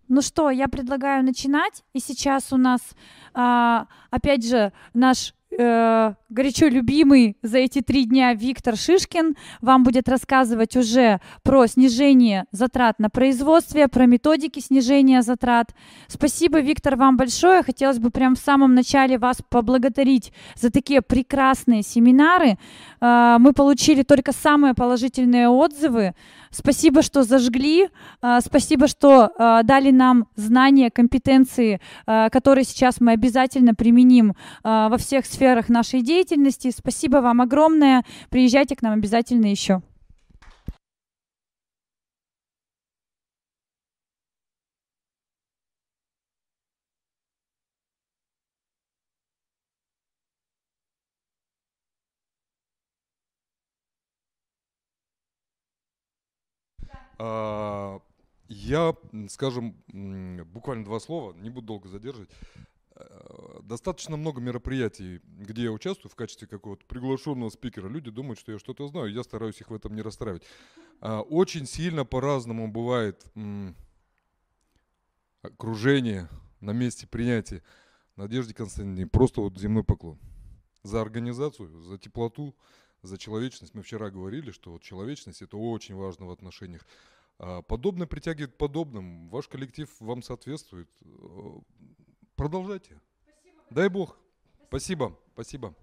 Ну что, я предлагаю начинать. И сейчас у нас, опять же, наш горячо любимый за эти 3 дня Виктор Шишкин вам будет рассказывать уже про снижение затрат на производстве, про методики снижения затрат. Спасибо, Виктор, вам большое. Хотелось бы прямо в самом начале вас поблагодарить за такие прекрасные семинары. Мы получили только самые положительные отзывы. Спасибо, что зажгли, спасибо, что дали нам знания, компетенции, которые сейчас мы обязательно применим во всех сферах нашей деятельности. Спасибо вам огромное. Приезжайте к нам обязательно еще. Я, скажем, буквально 2 слова, не буду долго задерживать. Достаточно много мероприятий, где я участвую в качестве какого-то приглашенного спикера. Люди думают, что я что-то знаю, я стараюсь их в этом не расстраивать. Очень сильно по-разному бывает окружение на месте принятия. Надежде Константиновне просто вот земной поклон. За организацию, за теплоту, за человечность. Мы вчера говорили, что вот человечность – это очень важно в отношениях. Подобное притягивает подобным. Ваш коллектив вам соответствует. Продолжайте. Спасибо. Дай Бог. Спасибо. Спасибо.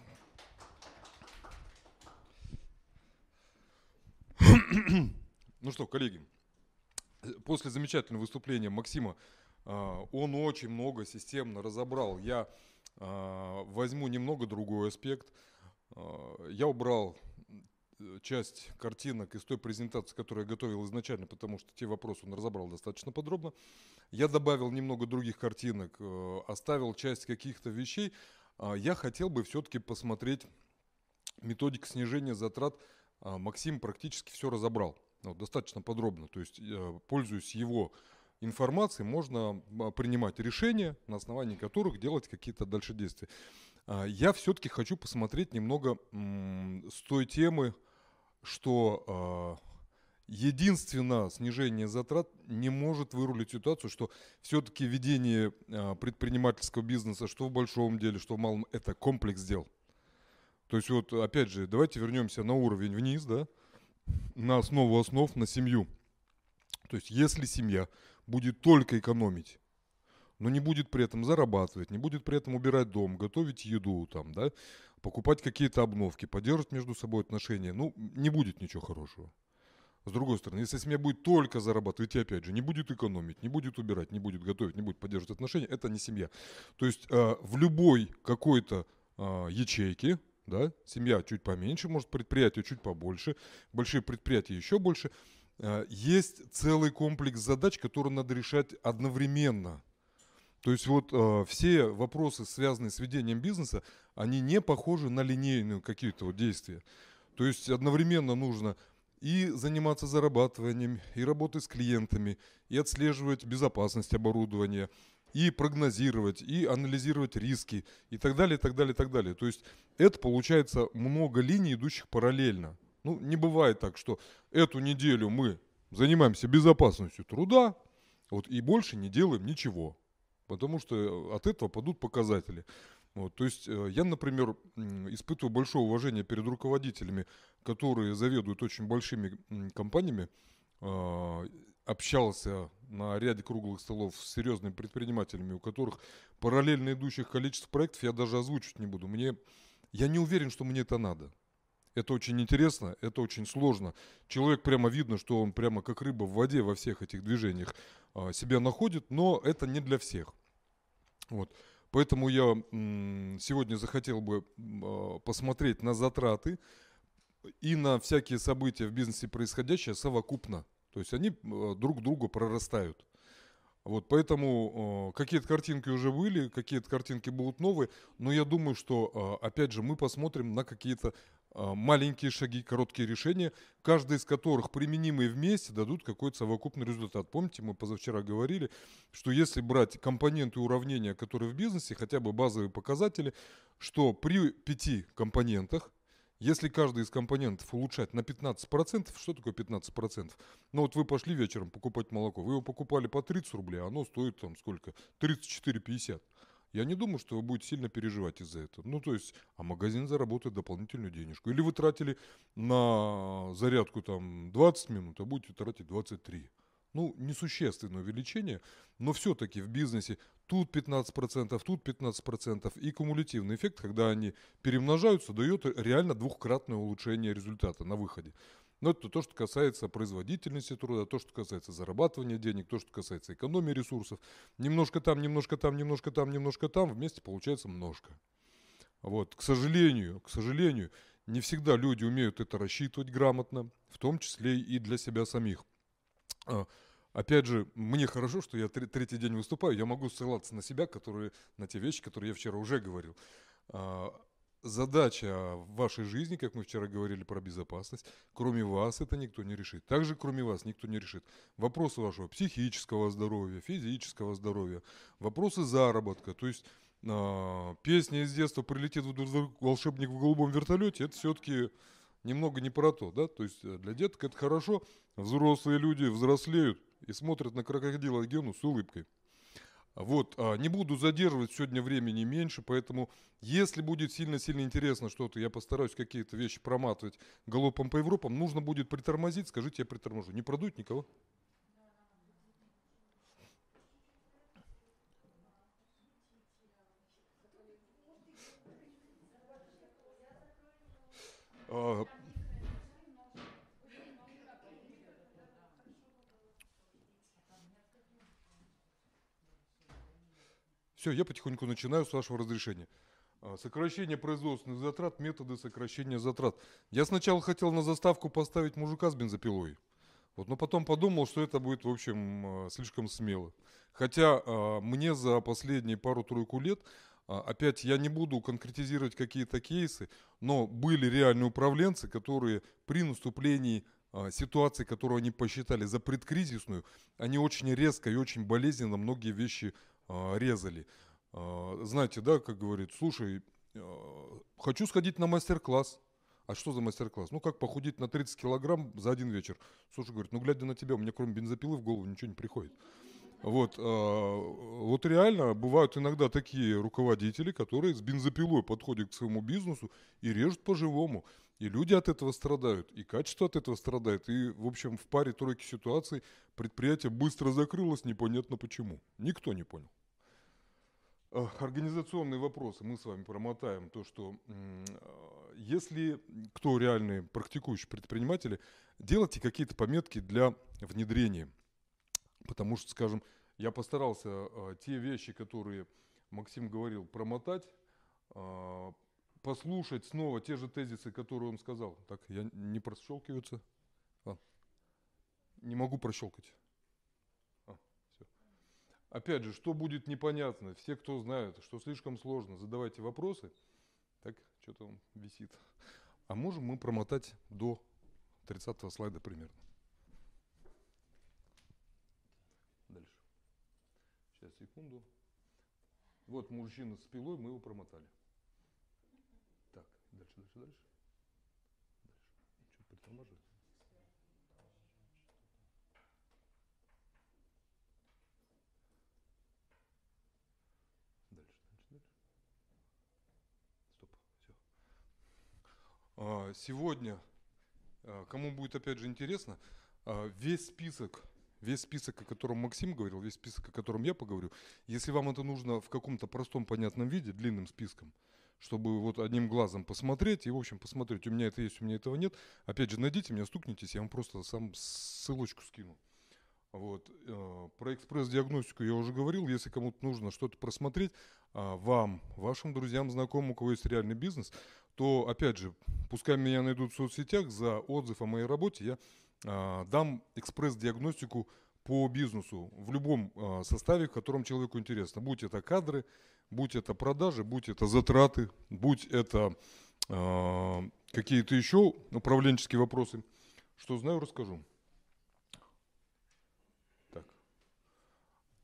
Ну что, коллеги, после замечательного выступления Максима, он очень много системно разобрал. Я возьму немного другой аспект. Я убрал часть картинок из той презентации, которую я готовил изначально, потому что те вопросы он разобрал достаточно подробно. Я добавил немного других картинок, оставил часть каких-то вещей. Я хотел бы все-таки посмотреть методику снижения затрат. Максим практически все разобрал, достаточно подробно. То есть, пользуясь его информацией, можно принимать решения, на основании которых делать какие-то дальше действия. Я все-таки хочу посмотреть немного с той темы, что единственно снижение затрат не может вырулить ситуацию, что все-таки ведение предпринимательского бизнеса, что в большом деле, что в малом, это комплекс дел. То есть вот опять же, давайте вернемся на уровень вниз, да, на основу основ, на семью. То есть если семья будет только экономить, но не будет при этом зарабатывать, не будет при этом убирать дом, готовить еду, там, да, покупать какие-то обновки, поддерживать между собой отношения, не будет ничего хорошего. С другой стороны, если семья будет только зарабатывать и, опять же, не будет экономить, не будет убирать, не будет готовить, не будет поддерживать отношения, это не семья. То есть в любой какой-то ячейке, да, семья чуть поменьше, может, предприятие чуть побольше, большие предприятия еще больше, есть целый комплекс задач, которые надо решать одновременно. То есть вот все вопросы, связанные с ведением бизнеса, они не похожи на линейные какие-то вот действия. То есть одновременно нужно и заниматься зарабатыванием, и работой с клиентами, и отслеживать безопасность оборудования, и прогнозировать, и анализировать риски, и так далее, и так далее, и так далее. То есть это получается много линий, идущих параллельно. Не бывает так, что эту неделю мы занимаемся безопасностью труда, вот, и больше не делаем ничего. Потому что от этого падут показатели. То есть я, например, испытываю большое уважение перед руководителями, которые заведуют очень большими компаниями. Общался на ряде круглых столов с серьезными предпринимателями, у которых параллельно идущих количество проектов я даже озвучивать не буду. Я не уверен, что мне это надо. Это очень интересно, это очень сложно. Человек прямо видно, что он прямо как рыба в воде во всех этих движениях себя находит, но это не для всех. Вот. Поэтому я сегодня захотел бы посмотреть на затраты и на всякие события в бизнесе происходящие совокупно. То есть они друг к другу прорастают. Вот, поэтому какие-то картинки уже были, какие-то картинки будут новые, но я думаю, что опять же мы посмотрим на какие-то маленькие шаги, короткие решения, каждый из которых, применимые вместе, дадут какой-то совокупный результат. Помните, мы позавчера говорили, что если брать компоненты уравнения, которые в бизнесе, хотя бы базовые показатели, что при 5 компонентах, Если каждый из компонентов улучшать на 15%, что такое 15%? Ну вот вы пошли вечером покупать молоко, вы его покупали по 30 рублей, а оно стоит там сколько? 34,50. Я не думаю, что вы будете сильно переживать из-за этого. Ну, то есть, а магазин заработает дополнительную денежку. Или вы тратили на зарядку там 20 минут, а будете тратить 23. Ну, несущественное увеличение, но все-таки в бизнесе тут 15%, тут 15%. И кумулятивный эффект, когда они перемножаются, дает реально двухкратное улучшение результата на выходе. Но это то, что касается производительности труда, то, что касается зарабатывания денег, то, что касается экономии ресурсов. Немножко там, немножко там, немножко там, немножко там, вместе получается множко. Вот. К сожалению, не всегда люди умеют это рассчитывать грамотно, в том числе и для себя самих. Опять же, мне хорошо, что я третий день выступаю, я могу ссылаться на себя, на те вещи, которые я вчера уже говорил. Задача в вашей жизни, как мы вчера говорили про безопасность, кроме вас это никто не решит. Также кроме вас никто не решит. Вопросы вашего психического здоровья, физического здоровья, вопросы заработка. То есть песня из детства «Прилетит волшебник в голубом вертолете» это все-таки немного не про то. Да? То есть для деток это хорошо, взрослые люди взрослеют и смотрят на крокодила Гену с улыбкой. Вот, не буду задерживать, сегодня времени меньше, поэтому если будет сильно-сильно интересно что-то, я постараюсь какие-то вещи проматывать галопом по Европам, нужно будет притормозить, скажите, я приторможу. Не продуть никого? Все, я потихоньку начинаю, с вашего разрешения. Сокращение производственных затрат, методы сокращения затрат. Я сначала хотел на заставку поставить мужика с бензопилой, вот, но потом подумал, что это будет, в общем, слишком смело. Хотя мне за последние пару-тройку лет, опять я не буду конкретизировать какие-то кейсы, но были реальные управленцы, которые при наступлении ситуации, которую они посчитали за предкризисную, они очень резко и очень болезненно многие вещи резали. Знаете, да, как говорит, слушай, хочу сходить на мастер-класс. А что за мастер-класс? Ну, как похудеть на 30 килограмм за один вечер. Слушай, говорит, ну, глядя на тебя, у меня кроме бензопилы в голову ничего не приходит. Вот, вот реально бывают иногда такие руководители, которые с бензопилой подходят к своему бизнесу и режут по-живому. И люди от этого страдают, и качество от этого страдает. И, в общем, в паре-тройке ситуаций предприятие быстро закрылось, непонятно почему. Никто не понял. Организационные вопросы мы с вами промотаем. То, что если кто реальные практикующие предприниматели, делайте какие-то пометки для внедрения. Потому что, скажем, я постарался те вещи, которые Максим говорил, промотать, послушать снова те же тезисы, которые он сказал. Так, я не прощелкиваются. Не могу прощелкать. Все. Опять же, что будет непонятно, все, кто знает, что слишком сложно, задавайте вопросы. Так, что-то он висит. А можем мы промотать до 30-го слайда примерно. Дальше. Сейчас, секунду. Вот мужчина с пилой, мы его промотали. Так, дальше. Дальше. Что-то притормаживает. Дальше. Стоп, все. Сегодня, кому будет опять же интересно, весь список, о котором Максим говорил, весь список, о котором я поговорю, если вам это нужно в каком-то простом, понятном виде, длинным списком, чтобы вот одним глазом посмотреть и, в общем, посмотреть, у меня это есть, у меня этого нет, опять же, найдите меня, стукнитесь, я вам просто сам ссылочку скину. Вот. Про экспресс-диагностику я уже говорил, если кому-то нужно что-то просмотреть, вам, вашим друзьям, знакомым, у кого есть реальный бизнес, то, опять же, пускай меня найдут в соцсетях, за отзыв о моей работе я дам экспресс-диагностику по бизнесу в любом составе, в котором человеку интересно. Будь это кадры, будь это продажи, будь это затраты, будь это какие-то еще управленческие вопросы. Что знаю, расскажу.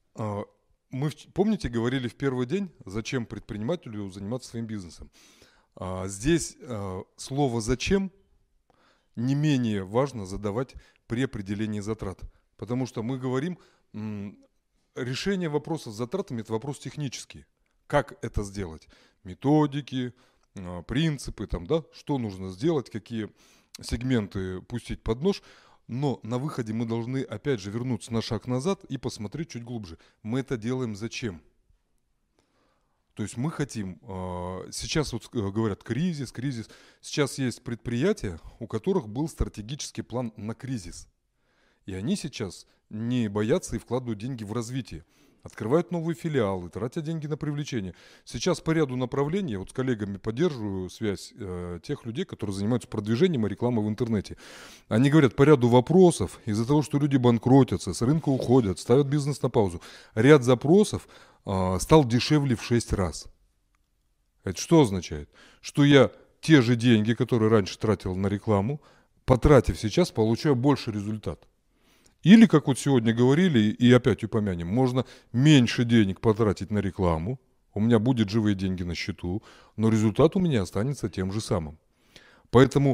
Мы, помните, говорили в первый день, зачем предпринимателю заниматься своим бизнесом. Здесь слово «зачем» не менее важно задавать при определении затрат. Потому что мы говорим, решение вопроса с затратами – это вопрос технический. Как это сделать? Методики, принципы, там, да, что нужно сделать, какие сегменты пустить под нож. Но на выходе мы должны опять же вернуться на шаг назад и посмотреть чуть глубже. Мы это делаем зачем? То есть мы хотим, сейчас вот говорят кризис. Сейчас есть предприятия, у которых был стратегический план на кризис. И они сейчас не боятся и вкладывают деньги в развитие. Открывают новые филиалы, тратят деньги на привлечение. Сейчас по ряду направлений, вот с коллегами поддерживаю связь тех людей, которые занимаются продвижением и рекламой в интернете. Они говорят по ряду вопросов, из-за того, что люди банкротятся, с рынка уходят, ставят бизнес на паузу. Ряд запросов стал дешевле в 6 раз. Это что означает? Что я те же деньги, которые раньше тратил на рекламу, потратив сейчас, получаю больше результат. Или, как вот сегодня говорили, и опять упомянем, можно меньше денег потратить на рекламу, у меня будет живые деньги на счету, но результат у меня останется тем же самым. Поэтому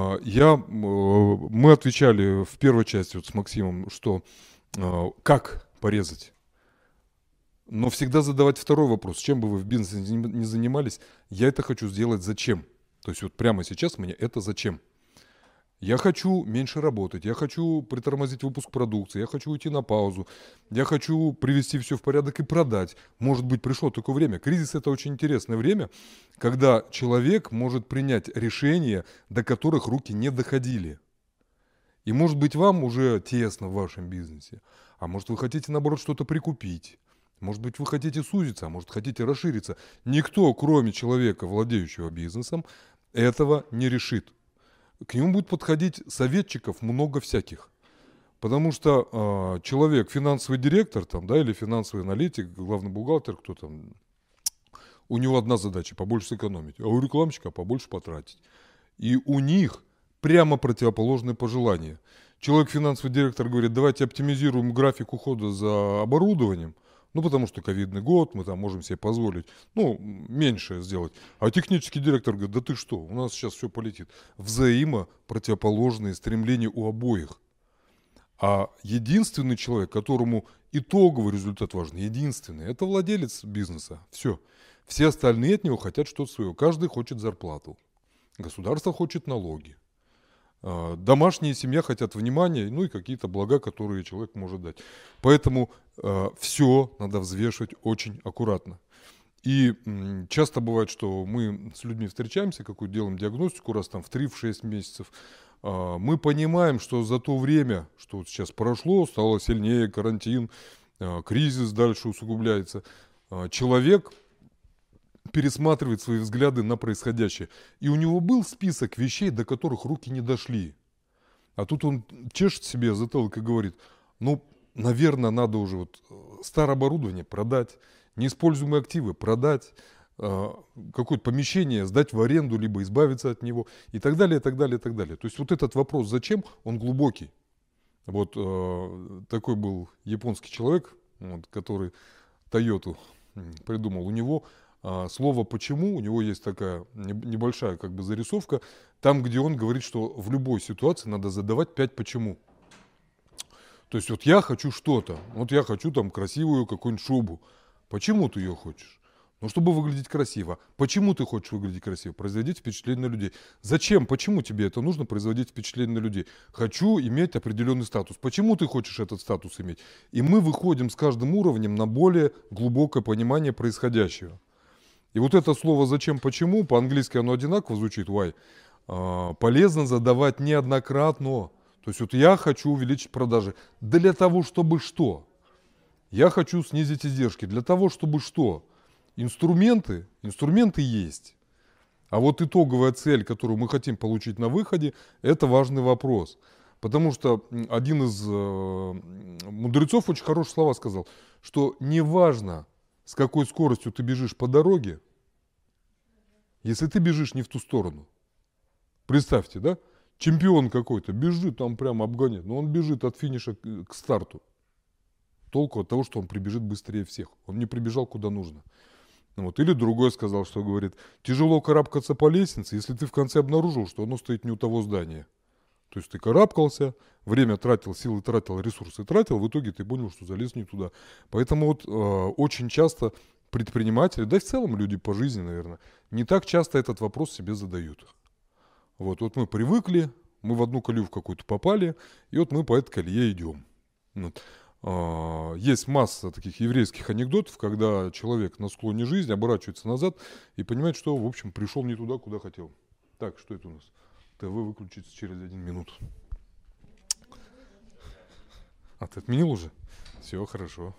мы отвечали в первой части вот с Максимом, что как порезать. Но всегда задавать второй вопрос, чем бы вы в бизнесе не занимались, я это хочу сделать зачем? То есть вот прямо сейчас мне это зачем? Я хочу меньше работать, я хочу притормозить выпуск продукции, я хочу уйти на паузу, я хочу привести все в порядок и продать. Может быть, пришло такое время. Кризис – это очень интересное время, когда человек может принять решения, до которых руки не доходили. И может быть, вам уже тесно в вашем бизнесе, а может, вы хотите, наоборот, что-то прикупить. Может быть, вы хотите сузиться, а может, хотите расшириться. Никто, кроме человека, владеющего бизнесом, этого не решит. К нему будет подходить советчиков много всяких. Потому что человек, финансовый директор там, да, или финансовый аналитик, главный бухгалтер, кто там, у него одна задача – побольше сэкономить, а у рекламщика – побольше потратить. И у них прямо противоположные пожелания. Человек, финансовый директор, говорит, давайте оптимизируем график ухода за оборудованием, ну, потому что ковидный год, мы там можем себе позволить, ну, меньше сделать. А технический директор говорит, да ты что, у нас сейчас все полетит. Взаимопротивоположные стремления у обоих. А единственный человек, которому итоговый результат важен, единственный, это владелец бизнеса. Все. Все остальные от него хотят что-то свое. Каждый хочет зарплату. Государство хочет налоги. Домашняя семья хотят внимания, ну и какие-то блага, которые человек может дать. Поэтому все надо взвешивать очень аккуратно. И часто бывает, что мы с людьми встречаемся, какую-то делаем диагностику, раз там в 3-6 месяцев. Мы понимаем, что за то время, что вот сейчас прошло, стало сильнее карантин, кризис дальше усугубляется, человек пересматривает свои взгляды на происходящее. И у него был список вещей, до которых руки не дошли. А тут он чешет себе затылок и говорит, ну, наверное, надо уже вот старое оборудование продать, неиспользуемые активы продать, какое-то помещение сдать в аренду, либо избавиться от него и так далее, и так далее, и так далее. То есть вот этот вопрос «зачем?» он глубокий. Вот такой был японский человек, вот, который Тойоту придумал. У него слово «почему», у него есть такая небольшая как бы зарисовка, там, где он говорит, что в любой ситуации надо задавать 5 «почему». То есть вот я хочу что-то, вот я хочу там красивую какую-нибудь шубу. Почему ты ее хочешь? Ну, чтобы выглядеть красиво. Почему ты хочешь выглядеть красиво? Производить впечатление на людей. Зачем? Почему тебе это нужно производить впечатление на людей? Хочу иметь определенный статус. Почему ты хочешь этот статус иметь? И мы выходим с каждым уровнем на более глубокое понимание происходящего. И вот это слово «зачем?», «почему», по-английски оно одинаково звучит, why, полезно задавать неоднократно. То есть вот я хочу увеличить продажи. Для того, чтобы что? Я хочу снизить издержки. Для того, чтобы что? Инструменты есть. А вот итоговая цель, которую мы хотим получить на выходе, это важный вопрос. Потому что один из мудрецов очень хорошие слова сказал, что неважно, с какой скоростью ты бежишь по дороге, если ты бежишь не в ту сторону. Представьте, да? Чемпион какой-то бежит, там прямо обгоняет, но он бежит от финиша к старту. Толку от того, что он прибежит быстрее всех. Он не прибежал куда нужно. Вот. Или другой сказал, что говорит, тяжело карабкаться по лестнице, если ты в конце обнаружил, что оно стоит не у того здания. То есть ты карабкался, время тратил, силы тратил, ресурсы тратил, в итоге ты понял, что залез не туда. Поэтому вот очень часто предприниматели, да и в целом люди по жизни, наверное, не так часто этот вопрос себе задают. Вот мы привыкли, мы в одну колею в какую-то попали, и вот мы по этой колее идем. Вот. Есть масса таких еврейских анекдотов, когда человек на склоне жизни оборачивается назад и понимает, что, в общем, пришел не туда, куда хотел. Так, что это у нас? ТВ выключится через 1 минуту. А ты отменил уже? Все, хорошо.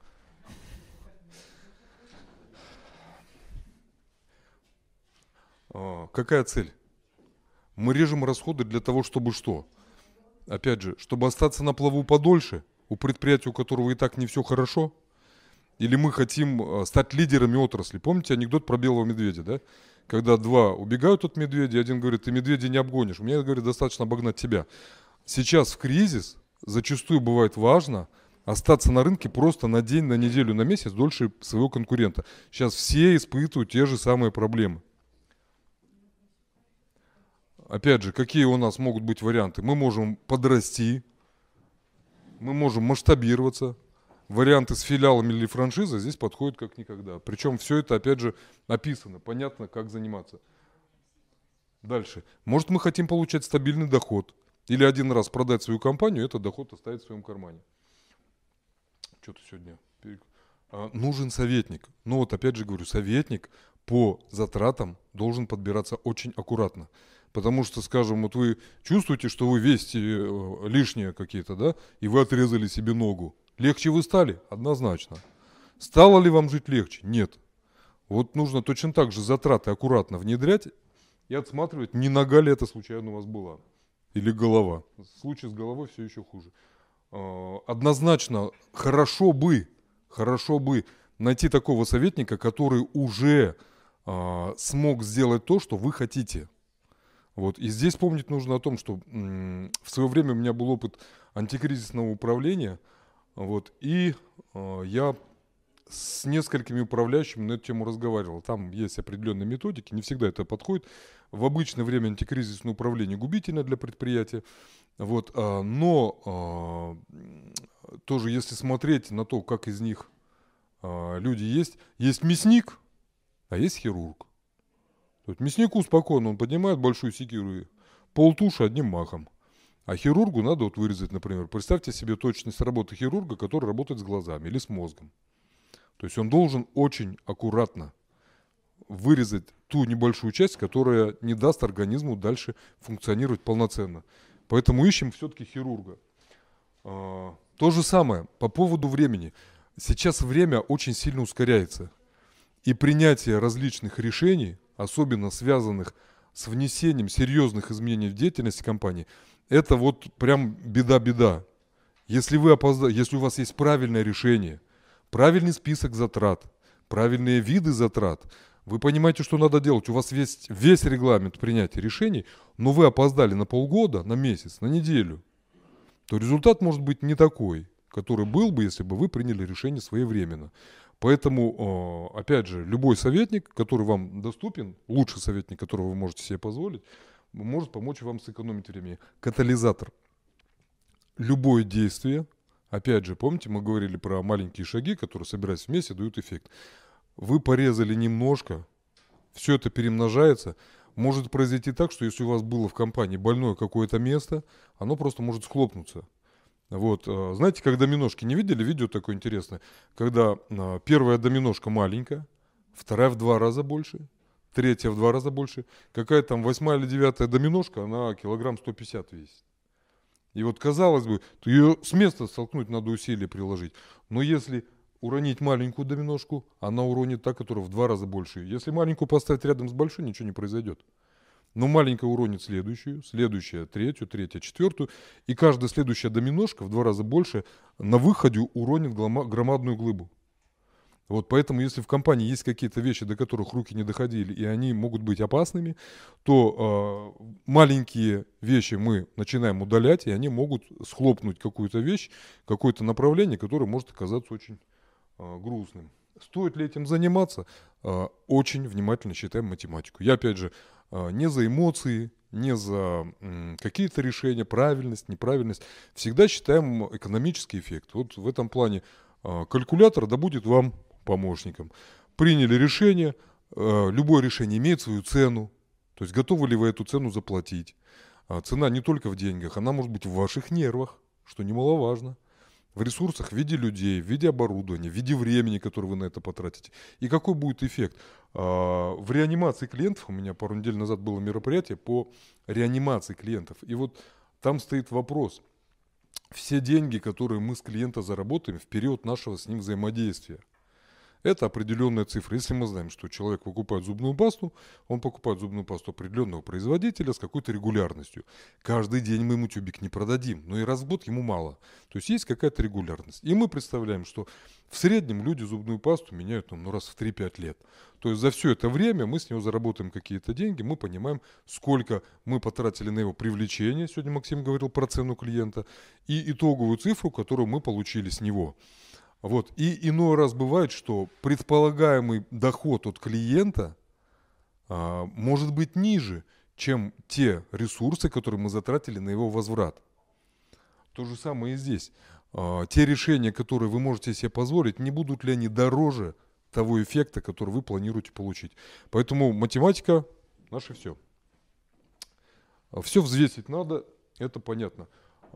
Какая цель? Мы режем расходы для того, чтобы что? Опять же, чтобы остаться на плаву подольше, у предприятия, у которого и так не все хорошо? Или мы хотим стать лидерами отрасли? Помните анекдот про белого медведя, да? Когда два убегают от медведя, один говорит, ты медведя не обгонишь. Мне, говорит, достаточно обогнать тебя. Сейчас в кризис зачастую бывает важно остаться на рынке просто на день, на неделю, на месяц дольше своего конкурента. Сейчас все испытывают те же самые проблемы. Опять же, какие у нас могут быть варианты? Мы можем подрасти, мы можем масштабироваться. Варианты с филиалами или франшизой здесь подходят как никогда. Причем все это, опять же, описано, понятно, как заниматься. Дальше. Может, мы хотим получать стабильный доход. Или один раз продать свою компанию, этот доход оставить в своем кармане. Что-то сегодня... Нужен советник. Ну вот опять же говорю, советник по затратам должен подбираться очень аккуратно. Потому что, скажем, вот вы чувствуете, что вы весите лишние какие-то, да, и вы отрезали себе ногу. Легче вы стали? Однозначно. Стало ли вам жить легче? Нет. Вот нужно точно так же затраты аккуратно внедрять и отсматривать, не нога ли это случайно у вас была. Или голова. В случае с головой все еще хуже. Однозначно хорошо бы найти такого советника, который уже смог сделать то, что вы хотите. Вот. И здесь помнить нужно о том, что в свое время у меня был опыт антикризисного управления, вот, и я с несколькими управляющими на эту тему разговаривал. Там есть определенные методики, не всегда это подходит. В обычное время антикризисное управление губительно для предприятия. Вот, но тоже если смотреть на то, как из них люди есть мясник, а есть хирург. То есть мяснику спокойно, он поднимает большую секиру и полтуши одним махом. А хирургу надо вот вырезать, например, представьте себе точность работы хирурга, который работает с глазами или с мозгом. То есть он должен очень аккуратно вырезать ту небольшую часть, которая не даст организму дальше функционировать полноценно. Поэтому ищем все-таки хирурга. То же самое по поводу времени. Сейчас время очень сильно ускоряется. И принятие различных решений, особенно связанных с внесением серьезных изменений в деятельность компании, это вот прям беда-беда. Если у вас есть правильное решение, правильный список затрат, правильные виды затрат, вы понимаете, что надо делать, у вас есть весь регламент принятия решений, но вы опоздали на полгода, на месяц, на неделю, то результат может быть не такой, который был бы, если бы вы приняли решение своевременно. Поэтому, опять же, любой советник, который вам доступен, лучший советник, которого вы можете себе позволить, может помочь вам сэкономить время. Катализатор. Любое действие, опять же, помните, мы говорили про маленькие шаги, которые, собираясь вместе, дают эффект. Вы порезали немножко, все это перемножается. Может произойти так, что если у вас было в компании больное какое-то место, оно просто может схлопнуться. Вот, знаете, как доминошки, не видели видео такое интересное? Когда первая доминошка маленькая, вторая в 2 раза больше, третья в 2 раза больше. Какая там 8-я или 9-я доминошка, она килограмм 150 весит. И вот казалось бы, ее с места столкнуть надо усилия приложить. Но если уронить маленькую доминошку, она уронит та, которая в 2 раза больше. Если маленькую поставить рядом с большой, ничего не произойдет. Но маленькая уронит следующую, следующая третью, третья четвертую. И каждая следующая доминошка в 2 раза больше на выходе уронит громадную глыбу. Вот поэтому, если в компании есть какие-то вещи, до которых руки не доходили, и они могут быть опасными, то маленькие вещи мы начинаем удалять, и они могут схлопнуть какую-то вещь, какое-то направление, которое может оказаться очень грустным. Стоит ли этим заниматься? Очень внимательно считаем математику. Я, опять же, не за эмоции, не за какие-то решения, правильность, неправильность. Всегда считаем экономический эффект. Вот в этом плане калькулятор да будет вам помощником. Приняли решение, любое решение имеет свою цену. То есть готовы ли вы эту цену заплатить? Цена не только в деньгах, она может быть в ваших нервах, что немаловажно. В ресурсах в виде людей, в виде оборудования, в виде времени, которое вы на это потратите. И какой будет эффект? В реанимации клиентов, у меня пару недель назад было мероприятие по реанимации клиентов. И вот там стоит вопрос. Все деньги, которые мы с клиента заработаем в период нашего с ним взаимодействия, это определенная цифра. Если мы знаем, что человек покупает зубную пасту, он покупает зубную пасту определенного производителя с какой-то регулярностью. Каждый день мы ему тюбик не продадим, но и раз в год ему мало. То есть есть какая-то регулярность. И мы представляем, что в среднем люди зубную пасту меняют раз в 3-5 лет. То есть за все это время мы с него заработаем какие-то деньги, мы понимаем, сколько мы потратили на его привлечение, сегодня Максим говорил про цену клиента, и итоговую цифру, которую мы получили с него. Вот. И иной раз бывает, что предполагаемый доход от клиента может быть ниже, чем те ресурсы, которые мы затратили на его возврат. То же самое и здесь. Те решения, которые вы можете себе позволить, не будут ли они дороже того эффекта, который вы планируете получить. Поэтому математика – наше все. Все взвесить надо, это понятно.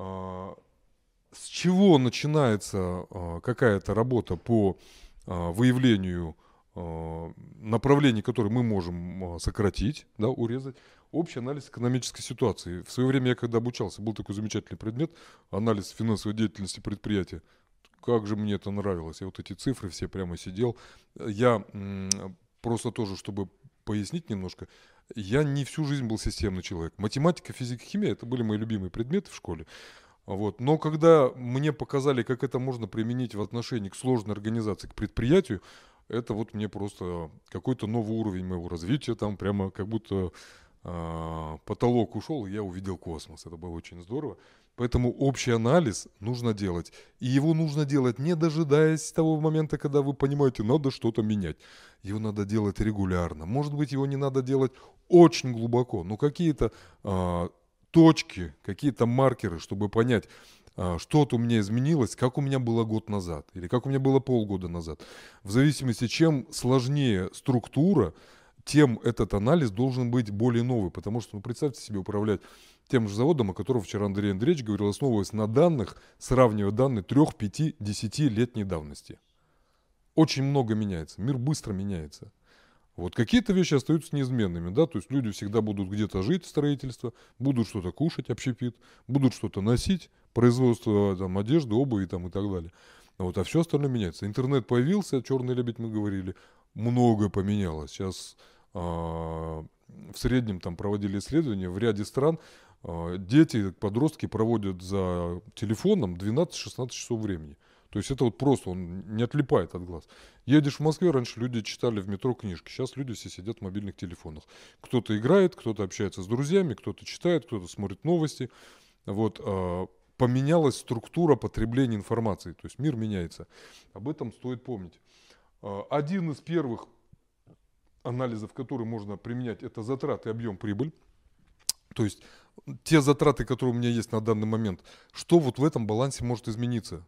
С чего начинается какая-то работа по выявлению направлений, которые мы можем сократить, да, урезать? Общий анализ экономической ситуации. В свое время я когда обучался, был такой замечательный предмет – анализ финансовой деятельности предприятия. Как же мне это нравилось. Я вот эти цифры все прямо сидел. Я просто тоже, чтобы пояснить немножко, я не всю жизнь был системный человек. Математика, физика, химия – это были мои любимые предметы в школе. Вот. Но когда мне показали, как это можно применить в отношении к сложной организации, к предприятию, это вот мне просто какой-то новый уровень моего развития, там прямо как будто потолок ушел, и я увидел космос. Это было очень здорово. Поэтому общий анализ нужно делать. И его нужно делать, не дожидаясь того момента, когда вы понимаете, надо что-то менять. Его надо делать регулярно. Может быть, его не надо делать очень глубоко, но какие-то точки, какие-то маркеры, чтобы понять, что-то у меня изменилось, как у меня было год назад или как у меня было полгода назад. В зависимости, чем сложнее структура, тем этот анализ должен быть более новый. Потому что, представьте себе, управлять тем же заводом, о котором вчера Андрей Андреевич говорил, основываясь на данных, сравнивая данные 3, 5, 10-летней давности. Очень много меняется, мир быстро меняется. Вот какие-то вещи остаются неизменными, да, то есть люди всегда будут где-то жить, строительство, будут что-то кушать, общепит, будут что-то носить, производство там, одежды, обуви там, и так далее. Вот, а все остальное меняется. Интернет появился, черный лебедь мы говорили, многое поменялось. Сейчас в среднем там проводили исследования, в ряде стран дети, подростки проводят за телефоном 12-16 часов времени. То есть это вот просто, он не отлипает от глаз. Едешь в Москве, раньше люди читали в метро книжки, сейчас люди все сидят в мобильных телефонах. Кто-то играет, кто-то общается с друзьями, кто-то читает, кто-то смотрит новости. Вот, поменялась структура потребления информации, то есть мир меняется. Об этом стоит помнить. Один из первых анализов, который можно применять, это затраты, объем, прибыль. То есть те затраты, которые у меня есть на данный момент, что вот в этом балансе может измениться?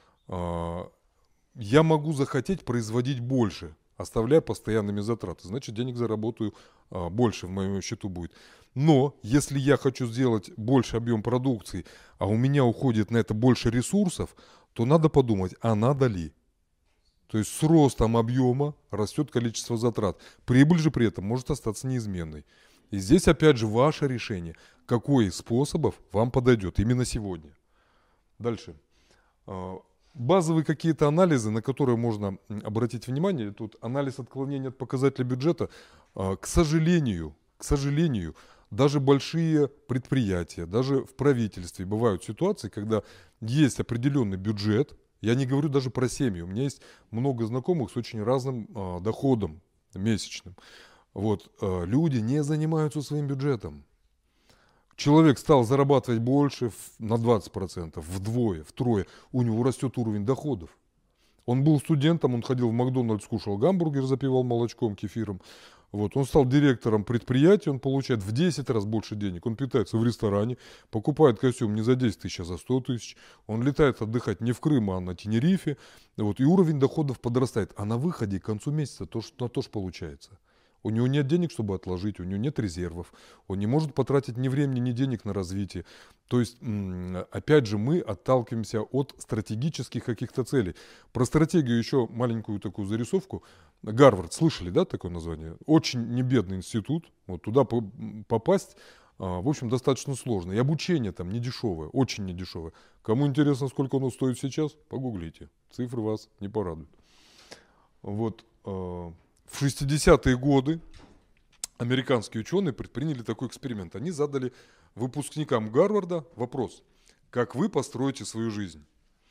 Я могу захотеть производить больше, оставляя постоянными затраты. Значит, денег заработаю больше в моем счету будет. Но если я хочу сделать больше объем продукции, а у меня уходит на это больше ресурсов, то надо подумать, а надо ли? То есть с ростом объема растет количество затрат. Прибыль же при этом может остаться неизменной. И здесь опять же ваше решение, какой из способов вам подойдет именно сегодня. Дальше. Базовые какие-то анализы, на которые можно обратить внимание, тут анализ отклонения от показателя бюджета. К сожалению, даже большие предприятия, даже в правительстве бывают ситуации, когда есть определенный бюджет. Я не говорю даже про семьи. У меня есть много знакомых с очень разным доходом месячным. Вот, люди не занимаются своим бюджетом. Человек стал зарабатывать больше на 20%, вдвое, втрое. У него растет уровень доходов. Он был студентом, он ходил в Макдональдс, кушал гамбургер, запивал молочком, кефиром. Вот, он стал директором предприятия, он получает в 10 раз больше денег. Он питается в ресторане, покупает костюм не за 10 тысяч, а за 100 тысяч. Он летает отдыхать не в Крым, а на Тенерифе. Вот, и уровень доходов подрастает. А на выходе к концу месяца на то же получается. У него нет денег, чтобы отложить, у него нет резервов, он не может потратить ни времени, ни денег на развитие. То есть, опять же, мы отталкиваемся от стратегических каких-то целей. Про стратегию еще маленькую такую зарисовку. Гарвард, слышали, да, такое название? Очень небедный институт, вот туда попасть, в общем, достаточно сложно. И обучение там не дешевое, очень не дешевое. Кому интересно, сколько оно стоит сейчас, погуглите. Цифры вас не порадуют. Вот. В 60-е годы американские ученые предприняли такой эксперимент. Они задали выпускникам Гарварда вопрос: как вы построите свою жизнь?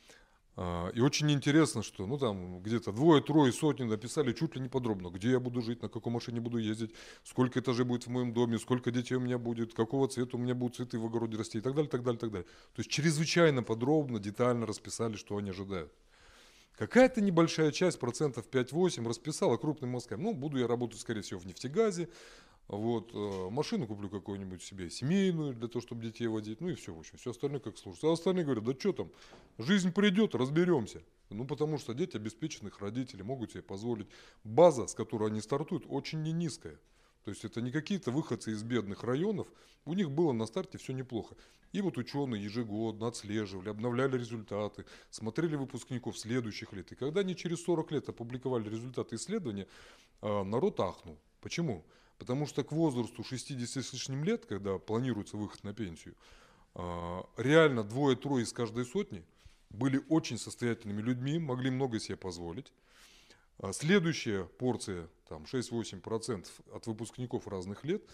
И очень интересно, что там где-то 2, 3, сотни написали чуть ли не подробно, где я буду жить, на какой машине буду ездить, сколько этажей будет в моем доме, сколько детей у меня будет, какого цвета у меня будут цветы в огороде расти и так далее, так далее, так далее. То есть чрезвычайно подробно, детально расписали, что они ожидают. Какая-то небольшая часть, процентов 5-8, расписала крупным мазками. Буду я работать, скорее всего, в нефтегазе. Вот, машину куплю какую-нибудь себе семейную, для того, чтобы детей водить. И все, в общем, все остальное как служится. А остальные говорят: да что там, жизнь придет, разберемся. Потому что дети обеспеченных родителей могут себе позволить. База, с которой они стартуют, очень не низкая. То есть это не какие-то выходцы из бедных районов. У них было на старте все неплохо. И вот ученые ежегодно отслеживали, обновляли результаты, смотрели выпускников следующих лет. И когда они через 40 лет опубликовали результаты исследования, народ ахнул. Почему? Потому что к возрасту 60 с лишним лет, когда планируется выход на пенсию, реально 2-3 из каждой сотни были очень состоятельными людьми, могли много себе позволить. Следующая порция, 6-8% от выпускников разных лет,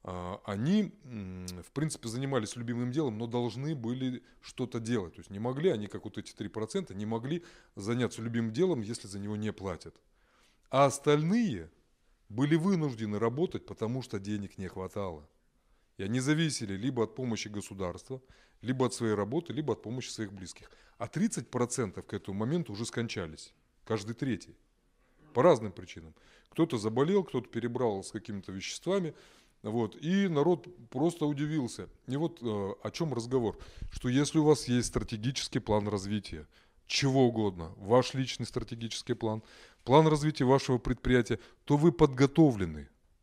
они, в принципе, занимались любимым делом, но должны были что-то делать. То есть не могли, они, как вот эти 3%, не могли заняться любимым делом, если за него не платят. А остальные были вынуждены работать, потому что денег не хватало. И они зависели либо от помощи государства, либо от своей работы, либо от помощи своих близких. А 30% к этому моменту уже скончались. Каждый третий. По разным причинам. Кто-то заболел, кто-то перебрал с какими-то веществами. Вот, и народ просто удивился. И вот о чем разговор. Что если у вас есть стратегический план развития, чего угодно, ваш личный стратегический план, план развития вашего предприятия, то вы подготовлены.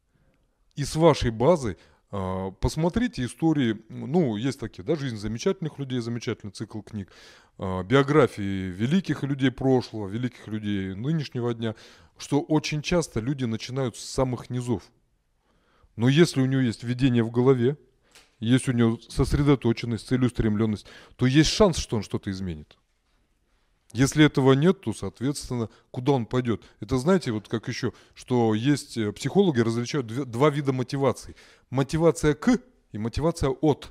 И с вашей базы посмотрите истории, есть такие, да, жизнь замечательных людей, замечательный цикл книг, биографии великих людей прошлого, великих людей нынешнего дня, что очень часто люди начинают с самых низов. Но если у него есть видение в голове, есть у него сосредоточенность, целеустремленность, то есть шанс, что он что-то изменит. Если этого нет, то, соответственно, куда он пойдет? Это, знаете, вот как еще, что есть психологи различают два вида мотиваций. Мотивация к и мотивация от.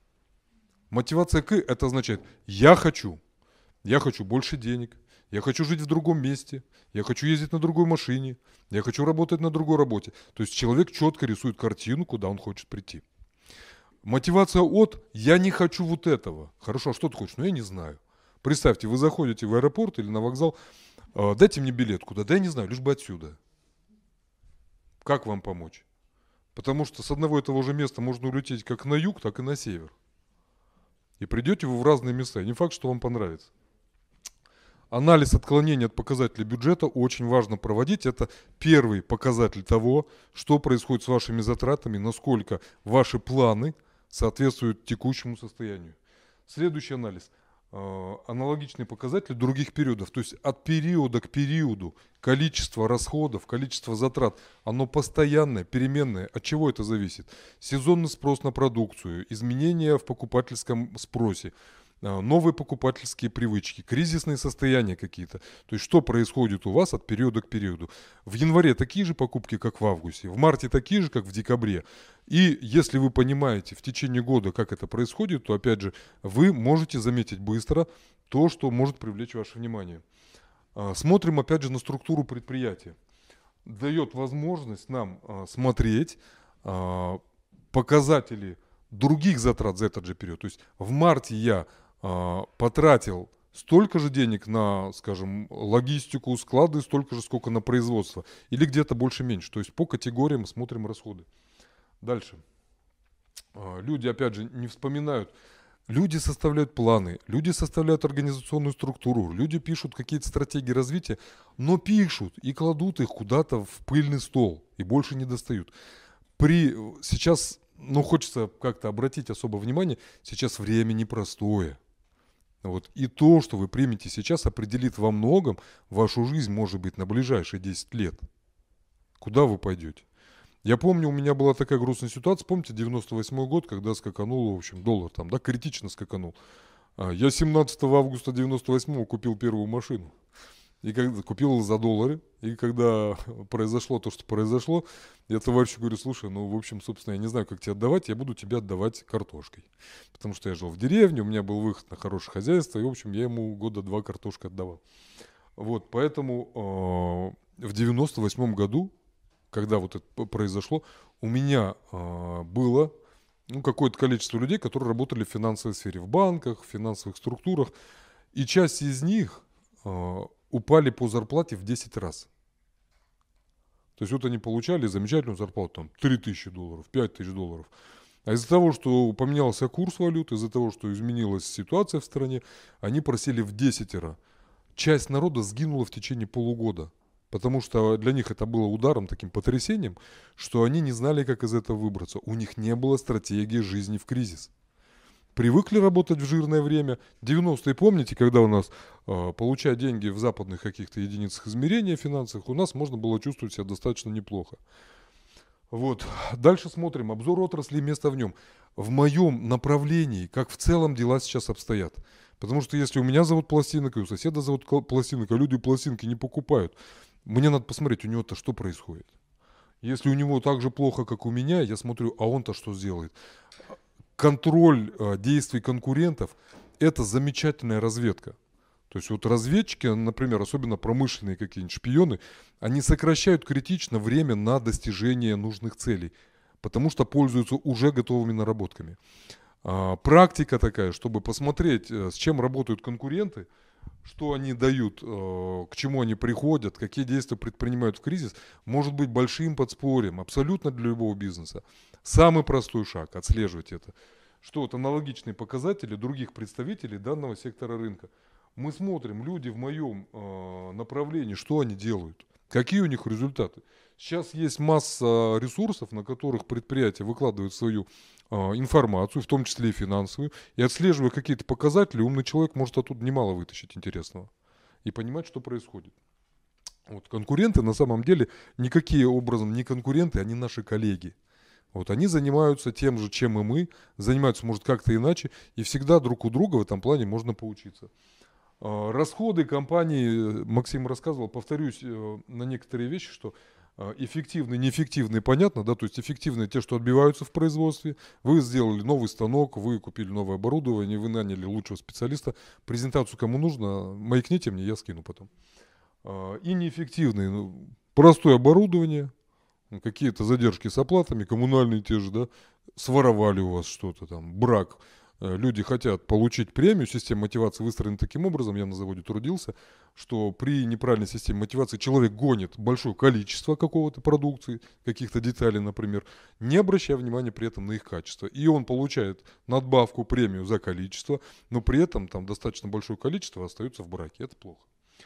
Мотивация к – это означает я хочу больше денег, я хочу жить в другом месте, я хочу ездить на другой машине, я хочу работать на другой работе. То есть человек четко рисует картину, куда он хочет прийти. Мотивация от я не хочу вот этого. Хорошо, а что ты хочешь? Я не знаю. Представьте, вы заходите в аэропорт или на вокзал, дайте мне билет куда? Да я не знаю, лишь бы отсюда. Как вам помочь? Потому что с одного и того же места можно улететь как на юг, так и на север. И придете вы в разные места. Не факт, что вам понравится. Анализ отклонения от показателей бюджета очень важно проводить. Это первый показатель того, что происходит с вашими затратами, насколько ваши планы соответствуют текущему состоянию. Следующий анализ. Аналогичные показатели других периодов. То есть от периода к периоду количество расходов, количество затрат, оно постоянное, переменное. От чего это зависит? Сезонный спрос на продукцию, изменения в покупательском спросе, новые покупательские привычки, кризисные состояния какие-то. То есть что происходит у вас от периода к периоду. В январе такие же покупки, как в августе, в марте такие же, как в декабре. И если вы понимаете в течение года, как это происходит, то опять же вы можете заметить быстро то, что может привлечь ваше внимание. Смотрим опять же на структуру предприятия. Дает возможность нам смотреть показатели других затрат за этот же период. То есть в марте я потратил столько же денег на, скажем, логистику, склады, столько же, сколько на производство. Или где-то больше-меньше. То есть по категориям смотрим расходы. Дальше. Люди, опять же, не вспоминают. Люди составляют планы, люди составляют организационную структуру, люди пишут какие-то стратегии развития, но пишут и кладут их куда-то в пыльный стол и больше не достают. Сейчас, хочется как-то обратить особое внимание, сейчас время непростое. Вот. И то, что вы примете сейчас, определит во многом вашу жизнь, может быть, на ближайшие 10 лет. Куда вы пойдете? Я помню, у меня была такая грустная ситуация, помните, 98 год, когда скаканул, в общем, доллар там, да, критично скаканул. Я 17 августа 98 купил первую машину. И купил за доллары. И когда произошло то, что произошло, я товарищу говорю, слушай, в общем, собственно, я не знаю, как тебе отдавать, я буду тебе отдавать картошкой. Потому что я жил в деревне, у меня был выход на хорошее хозяйство, и, в общем, я ему года 2 картошкой отдавал. Вот, поэтому в 98 году, когда вот это произошло, у меня было какое-то количество людей, которые работали в финансовой сфере, в банках, в финансовых структурах, и часть из них упали по зарплате в 10 раз. То есть вот они получали замечательную зарплату, там, $3000, $5000. А из-за того, что поменялся курс валют, из-за того, что изменилась ситуация в стране, они просели в 10 раз. Часть народа сгинула в течение полугода. Потому что для них это было ударом, таким потрясением, что они не знали, как из этого выбраться. У них не было стратегии жизни в кризис. Привыкли работать в жирное время. 90-е, помните, когда у нас, получая деньги в западных каких-то единицах измерения финансовых, у нас можно было чувствовать себя достаточно неплохо. Вот. Дальше смотрим. Обзор отрасли и место в нем. В моем направлении, как в целом дела сейчас обстоят. Потому что если у меня зовут пластинок, и у соседа зовут пластинок, а люди пластинки не покупают, мне надо посмотреть, у него-то что происходит. Если у него так же плохо, как у меня, я смотрю, а он-то что сделает. Контроль действий конкурентов – это замечательная разведка. То есть вот разведчики, например, особенно промышленные какие-нибудь шпионы, они сокращают критично время на достижение нужных целей, потому что пользуются уже готовыми наработками. Практика такая, чтобы посмотреть, с чем работают конкуренты, что они дают, к чему они приходят, какие действия предпринимают в кризис, может быть большим подспорьем абсолютно для любого бизнеса. Самый простой шаг – отслеживать это. Что вот аналогичные показатели других представителей данного сектора рынка. Мы смотрим, люди в моем направлении, что они делают, какие у них результаты. Сейчас есть масса ресурсов, на которых предприятия выкладывают свою информацию, в том числе и финансовую, и отслеживая какие-то показатели, умный человек может оттуда немало вытащить интересного и понимать, что происходит. Вот, конкуренты на самом деле никакие образом не конкуренты, они наши коллеги. Вот, они занимаются тем же, чем и мы, занимаются, может, как-то иначе, и всегда друг у друга в этом плане можно поучиться. Расходы компании, Максим рассказывал, повторюсь на некоторые вещи, что эффективные, неэффективные, понятно, да, то есть эффективные те, что отбиваются в производстве, вы сделали новый станок, вы купили новое оборудование, вы наняли лучшего специалиста, презентацию кому нужно, маякните мне, я скину потом. И неэффективные, простое оборудование, какие-то задержки с оплатами, коммунальные те же, да, своровали у вас что-то там, брак. Люди хотят получить премию, система мотивации выстроена таким образом, я на заводе трудился, что при неправильной системе мотивации человек гонит большое количество какого-то продукции, каких-то деталей, например, не обращая внимания при этом на их качество. И он получает надбавку, премию за количество, но при этом там достаточно большое количество остается в браке. Это плохо.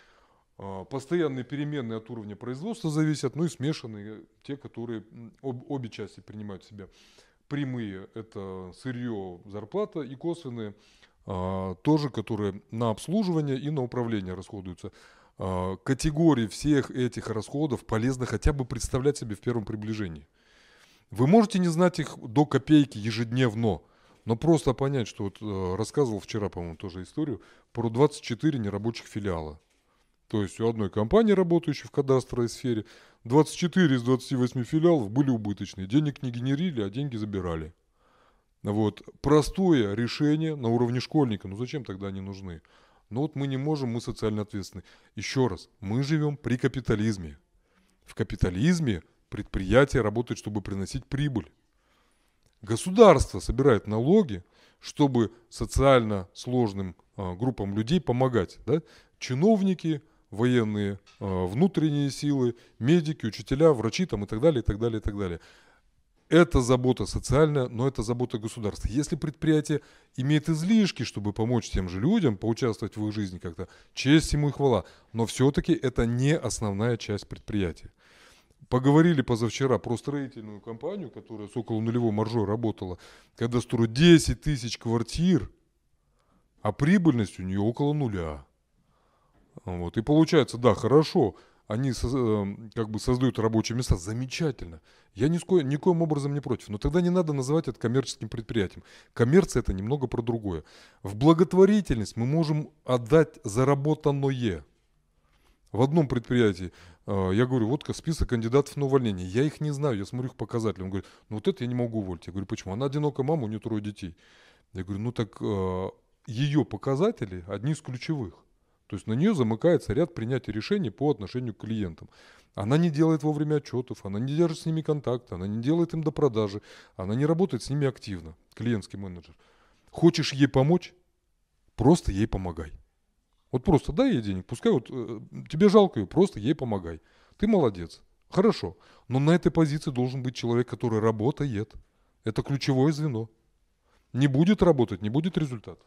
Постоянные переменные от уровня производства зависят, ну и смешанные, те, которые обе части принимают в себя. Прямые – это сырье, зарплата, и косвенные тоже, которые на обслуживание и на управление расходуются. Категории всех этих расходов полезно хотя бы представлять себе в первом приближении. Вы можете не знать их до копейки ежедневно, но просто понять, что вот рассказывал вчера, по-моему, тоже историю про 24 нерабочих филиала. То есть у одной компании, работающей в кадастровой сфере, 24 из 28 филиалов были убыточные. Денег не генерили, а деньги забирали. Вот. Простое решение на уровне школьника. Ну зачем тогда они нужны? Но вот мы не можем, мы социально ответственны. Еще раз, мы живем при капитализме. В капитализме предприятия работают, чтобы приносить прибыль. Государство собирает налоги, чтобы социально сложным группам людей помогать. Да? Чиновники, военные, внутренние силы, медики, учителя, врачи там, и так далее, и так далее, и так далее. Это забота социальная, но это забота государства. Если предприятие имеет излишки, чтобы помочь тем же людям, поучаствовать в их жизни как-то, честь ему и хвала. Но все-таки это не основная часть предприятия. Поговорили позавчера про строительную компанию, которая с около нулевой маржой работала, когда строят 10 тысяч квартир, а прибыльность у нее около нуля. Вот. И получается, да, хорошо, они как бы создают рабочие места, замечательно. Я никоим образом не против. Но тогда не надо называть это коммерческим предприятием. Коммерция это немного про другое. В благотворительность мы можем отдать заработанное. В одном предприятии, я говорю, вот список кандидатов на увольнение. Я их не знаю, я смотрю их показатели. Он говорит, ну вот это я не могу уволить. Я говорю, почему? Она одинокая мама, у нее 3 детей. Я говорю, ну так ее показатели одни из ключевых. То есть на нее замыкается ряд принятия решений по отношению к клиентам. Она не делает вовремя отчетов, она не держит с ними контакт, она не делает им до продажи, она не работает с ними активно, клиентский менеджер. Хочешь ей помочь? Просто ей помогай. Вот просто дай ей денег, пускай вот тебе жалко ее, просто ей помогай. Ты молодец, хорошо. Но на этой позиции должен быть человек, который работает. Это ключевое звено. Не будет работать, не будет результатов.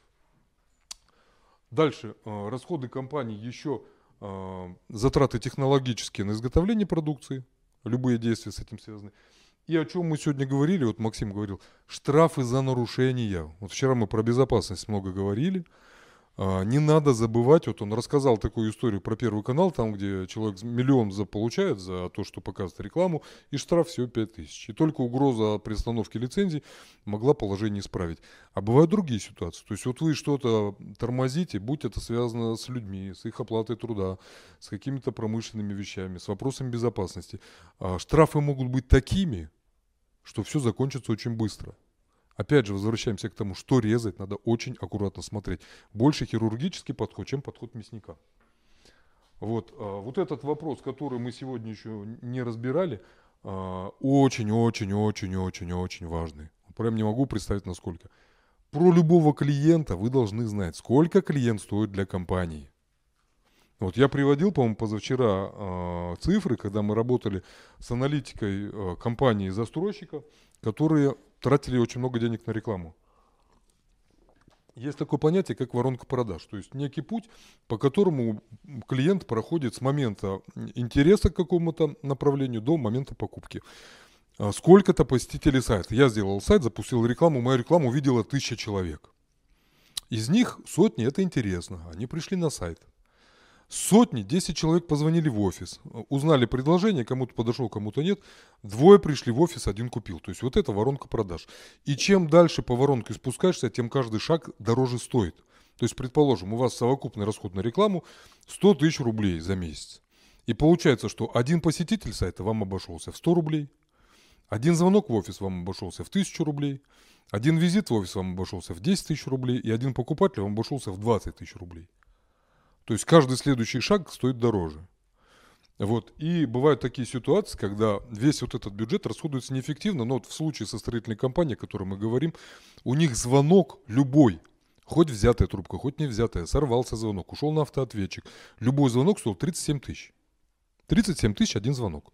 Дальше, расходы компании, еще затраты технологические на изготовление продукции, любые действия с этим связаны. И о чем мы сегодня говорили, вот Максим говорил, штрафы за нарушения. Вот вчера мы про безопасность много говорили. Не надо забывать, вот он рассказал такую историю про Первый канал, там, где человек миллион получает за то, что показывает рекламу, и штраф всего 5000. И только угроза приостановки лицензий могла положение исправить. А бывают другие ситуации. То есть вот вы что-то тормозите, будь это связано с людьми, с их оплатой труда, с какими-то промышленными вещами, с вопросами безопасности. Штрафы могут быть такими, что все закончится очень быстро. Опять же, возвращаемся к тому, что резать, надо очень аккуратно смотреть. Больше хирургический подход, чем подход мясника. Вот этот вопрос, который мы сегодня еще не разбирали, очень-очень-очень-очень-очень важный. Прям не могу представить, насколько. Про любого клиента вы должны знать, сколько клиент стоит для компании. Вот я приводил, по-моему, позавчера цифры, когда мы работали с аналитикой компании-застройщика, которые тратили очень много денег на рекламу. Есть такое понятие, как воронка продаж. То есть некий путь, по которому клиент проходит с момента интереса к какому-то направлению до момента покупки. Сколько-то посетителей сайта. Я сделал сайт, запустил рекламу, мою рекламу увидело 1000 человек. Из них сотни, это интересно, они пришли на сайт. Сотни, 10 человек позвонили в офис, узнали предложение, кому-то подошел, кому-то нет. 2 пришли в офис, 1 купил. То есть вот это воронка продаж. И чем дальше по воронке спускаешься, тем каждый шаг дороже стоит. То есть, предположим, у вас совокупный расход на рекламу 100 000 рублей за месяц. И получается, что 1 посетитель сайта вам обошелся в 100 рублей, 1 звонок в офис вам обошелся в 1000 рублей, 1 визит в офис вам обошелся в 10 000 рублей, и 1 покупатель вам обошелся в 20 000 рублей. То есть каждый следующий шаг стоит дороже. Вот. И бывают такие ситуации, когда весь вот этот бюджет расходуется неэффективно, но вот в случае со строительной компанией, о которой мы говорим, у них звонок любой, хоть взятая трубка, хоть не взятая, сорвался звонок, ушел на автоответчик. Любой звонок стоил 37 000. 37 000 1 звонок.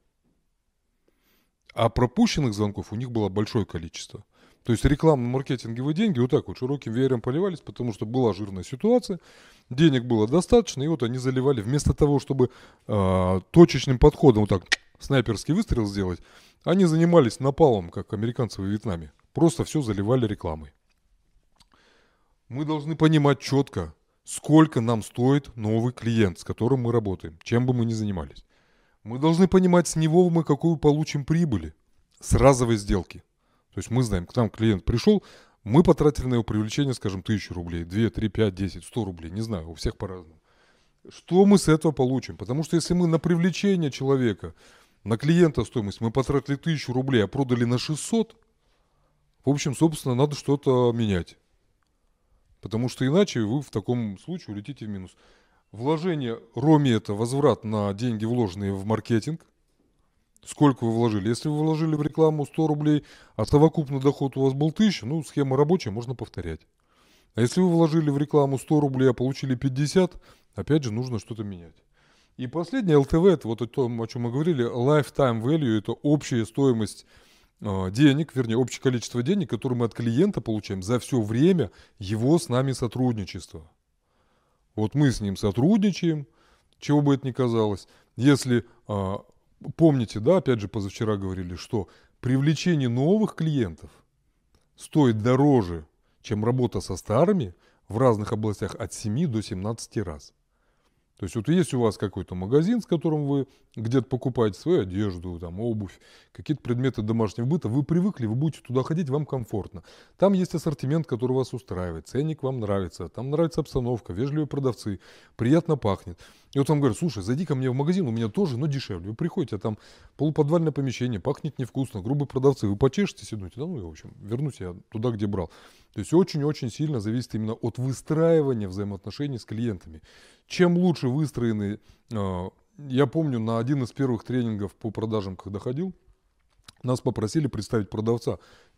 А пропущенных звонков у них было большое количество. То есть рекламно-маркетинговые деньги вот так вот широким веером поливались, потому что была жирная ситуация, денег было достаточно, и вот они заливали. Вместо того, чтобы точечным подходом вот так снайперский выстрел сделать, они занимались напалом, как американцы во Вьетнаме. Просто все заливали рекламой. Мы должны понимать четко, сколько нам стоит новый клиент, с которым мы работаем, чем бы мы ни занимались. Мы должны понимать, с него мы какую получим прибыль с разовой сделки. То есть мы знаем, к нам клиент пришел, мы потратили на его привлечение, скажем, 1000 рублей, 2, 3, 5, 10, 100 рублей, не знаю, у всех по-разному. Что мы с этого получим? Потому что если мы на привлечение человека, на клиента стоимость, мы потратили 1000 рублей, а продали на 600, в общем, собственно, надо что-то менять. Потому что иначе вы в таком случае улетите в минус. Вложение Роми – это возврат на деньги, вложенные в маркетинг. Сколько вы вложили? Если вы вложили в рекламу 100 рублей, а совокупный доход у вас был 1000, ну, схема рабочая, можно повторять. А если вы вложили в рекламу 100 рублей, а получили 50, опять же, нужно что-то менять. И последнее, ЛТВ, это вот о том, о чем мы говорили, lifetime value, это общая стоимость денег, вернее, общее количество денег, которые мы от клиента получаем за все время его с нами сотрудничества. Вот мы с ним сотрудничаем, чего бы это ни казалось. Если, помните, да, опять же, позавчера говорили, что привлечение новых клиентов стоит дороже, чем работа со старыми в разных областях от 7 до 17 раз. То есть вот есть у вас какой-то магазин, с которым вы где-то покупаете свою одежду, там, обувь, какие-то предметы домашнего быта, вы привыкли, вы будете туда ходить, вам комфортно. Там есть ассортимент, который вас устраивает, ценник вам нравится, там нравится обстановка, вежливые продавцы, приятно пахнет. И вот вам говорят, слушай, зайди ко мне в магазин, у меня тоже, но дешевле. Вы приходите, а там полуподвальное помещение, пахнет невкусно, грубые продавцы, вы почешетесь и думаете, да ну и в общем, вернусь я туда, где брал. То есть очень-очень сильно зависит именно от выстраивания взаимоотношений с клиентами. Чем лучше выстроены, я помню, на один из первых тренингов по продажам, когда ходил, нас попросили представить продавца.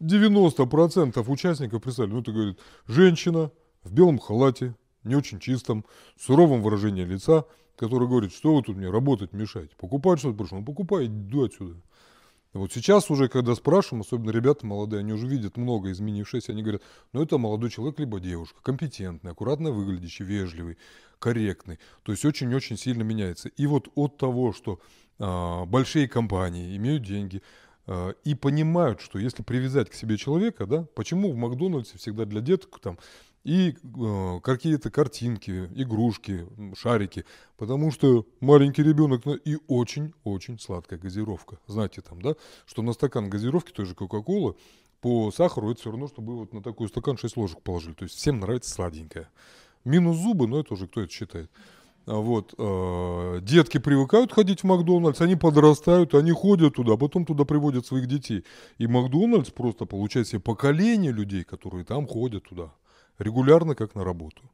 90% участников представили, ну это говорит, женщина в белом халате, не очень чистом, с суровым выражением лица, который говорит, что вы тут мне работать мешаете, покупать что-то пришел, ну покупай, иди отсюда. Вот сейчас уже, когда спрашиваем, особенно ребята молодые, они уже видят много изменившееся, они говорят, ну это молодой человек либо девушка, компетентный, аккуратно выглядящий, вежливый, корректный. То есть очень-очень сильно меняется. И вот от того, что большие компании имеют деньги и понимают, что если привязать к себе человека, да, почему в Макдональдсе всегда для деток там и какие-то картинки, игрушки, шарики, потому что маленький ребенок и очень-очень сладкая газировка. Знаете там, да, что на стакан газировки, той же Кока-Колы, по сахару это все равно, чтобы вот на такой стакан 6 ложек положили. То есть всем нравится сладенькое. Минус зубы, но это уже кто это считает. Вот, детки привыкают ходить в Макдональдс, они подрастают, они ходят туда, потом туда приводят своих детей. И Макдональдс просто получает себе поколение людей, которые там ходят туда регулярно, как на работу.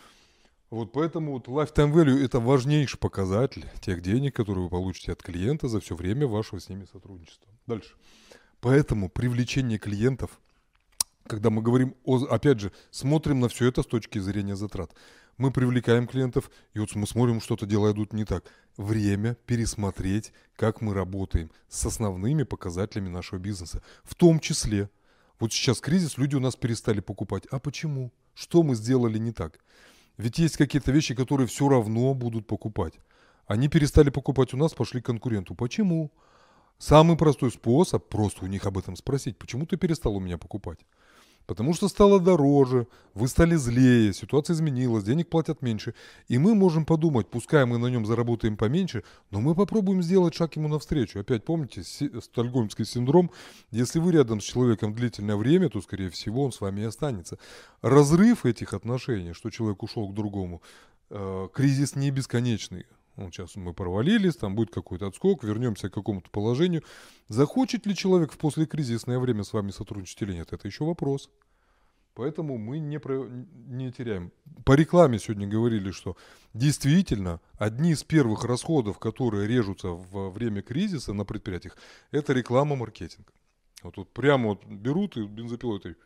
Вот поэтому вот lifetime value – это важнейший показатель тех денег, которые вы получите от клиента за все время вашего с ними сотрудничества. Дальше. Поэтому привлечение клиентов, когда мы говорим, опять же, смотрим на все это с точки зрения затрат. Мы привлекаем клиентов, и вот мы смотрим, что-то дела идут не так. Время пересмотреть, как мы работаем с основными показателями нашего бизнеса. В том числе, вот сейчас кризис, люди у нас перестали покупать. А почему? Что мы сделали не так? Ведь есть какие-то вещи, которые все равно будут покупать. Они перестали покупать у нас, пошли к конкуренту. Почему? Самый простой способ просто у них об этом спросить. Почему ты перестал у меня покупать? Потому что стало дороже, вы стали злее, ситуация изменилась, денег платят меньше. И мы можем подумать, пускай мы на нем заработаем поменьше, но мы попробуем сделать шаг ему навстречу. Опять помните, стокгольмский синдром, если вы рядом с человеком длительное время, то, скорее всего, он с вами и останется. Разрыв этих отношений, что человек ушел к другому, кризис не бесконечный. Вот сейчас мы провалились, там будет какой-то отскок, вернемся к какому-то положению. Захочет ли человек в послекризисное время с вами сотрудничать или нет, это еще вопрос. Поэтому мы не теряем. По рекламе сегодня говорили, что действительно одни из первых расходов, которые режутся во время кризиса на предприятиях, это реклама, маркетинг. Вот прямо вот берут и бензопилой это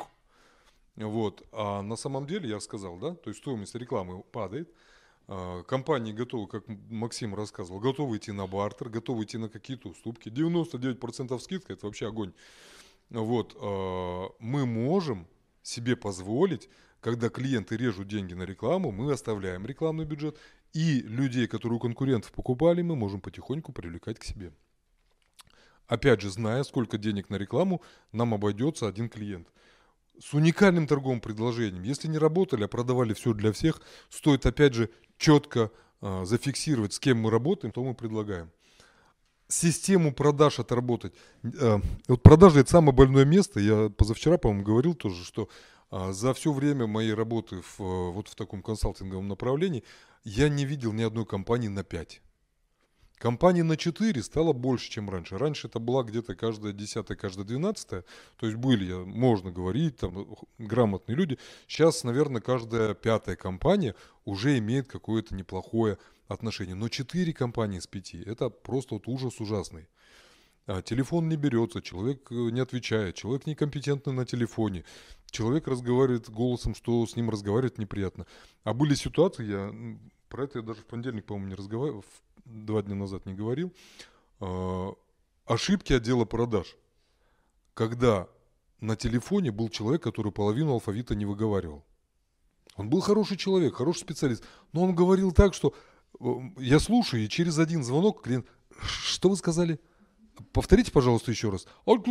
вот. А на самом деле, я сказал, да, то есть стоимость рекламы падает. Компании готовы, как Максим рассказывал, готовы идти на бартер, готовы идти на какие-то уступки. 99% скидка – это вообще огонь. Вот, мы можем себе позволить, когда клиенты режут деньги на рекламу, мы оставляем рекламный бюджет, и людей, которые у конкурентов покупали, мы можем потихоньку привлекать к себе. Опять же, зная, сколько денег на рекламу нам обойдется один клиент. С уникальным торговым предложением. Если не работали, а продавали все для всех, стоит опять же четко зафиксировать, с кем мы работаем, то мы предлагаем. Систему продаж отработать. Вот продажи – это самое больное место. Я позавчера, по-моему, говорил тоже, что за все время моей работы вот в таком консалтинговом направлении я не видел ни одной компании на 5. Компаний на 4 стало больше, чем раньше. Раньше это была где-то каждая 10-я, каждая 12-я. То есть были, можно говорить, там, грамотные люди. Сейчас, наверное, каждая 5-я компания уже имеет какое-то неплохое отношения. Но 4 компании из 5 – это просто вот ужас ужасный. Телефон не берется, человек не отвечает, человек некомпетентный на телефоне, человек разговаривает голосом, что с ним разговаривать неприятно. А были ситуации, про это я даже в понедельник, по-моему, не разговаривал, 2 дня назад не говорил, ошибки отдела продаж, когда на телефоне был человек, который половину алфавита не выговаривал. Он был хороший человек, хороший специалист, но он говорил так, что я слушаю, и через один звонок клиент: что вы сказали? Повторите, пожалуйста, еще раз.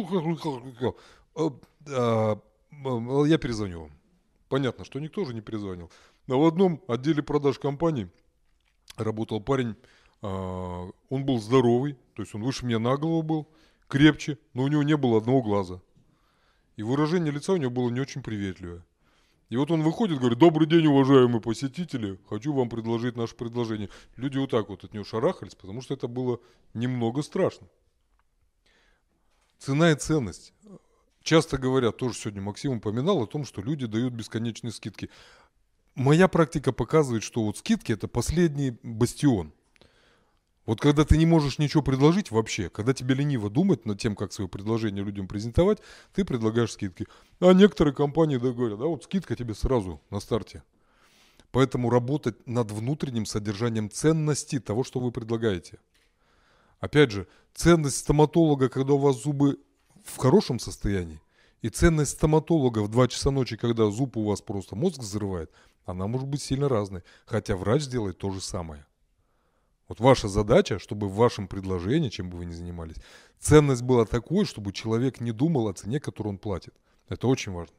Я перезвоню вам. Понятно, что никто же не перезвонил. Но в одном отделе продаж компании работал парень. Он был здоровый, то есть он выше меня на голову был, крепче, но у него не было одного глаза. И выражение лица у него было не очень приветливое. И вот он выходит, говорит: добрый день, уважаемые посетители, хочу вам предложить наше предложение. Люди вот так вот от него шарахались, потому что это было немного страшно. Цена и ценность. Часто говорят, тоже сегодня Максим упоминал о том, что люди дают бесконечные скидки. Моя практика показывает, что вот скидки – это последний бастион. Вот когда ты не можешь ничего предложить вообще, когда тебе лениво думать над тем, как свое предложение людям презентовать, ты предлагаешь скидки. А некоторые компании говорят: да вот скидка тебе сразу на старте. Поэтому работать над внутренним содержанием ценности того, что вы предлагаете. Опять же, ценность стоматолога, когда у вас зубы в хорошем состоянии, и ценность стоматолога в 2 часа ночи, когда зуб у вас просто мозг взрывает, она может быть сильно разной. Хотя врач делает то же самое. Вот ваша задача, чтобы в вашем предложении, чем бы вы ни занимались, ценность была такой, чтобы человек не думал о цене, которую он платит. Это очень важно.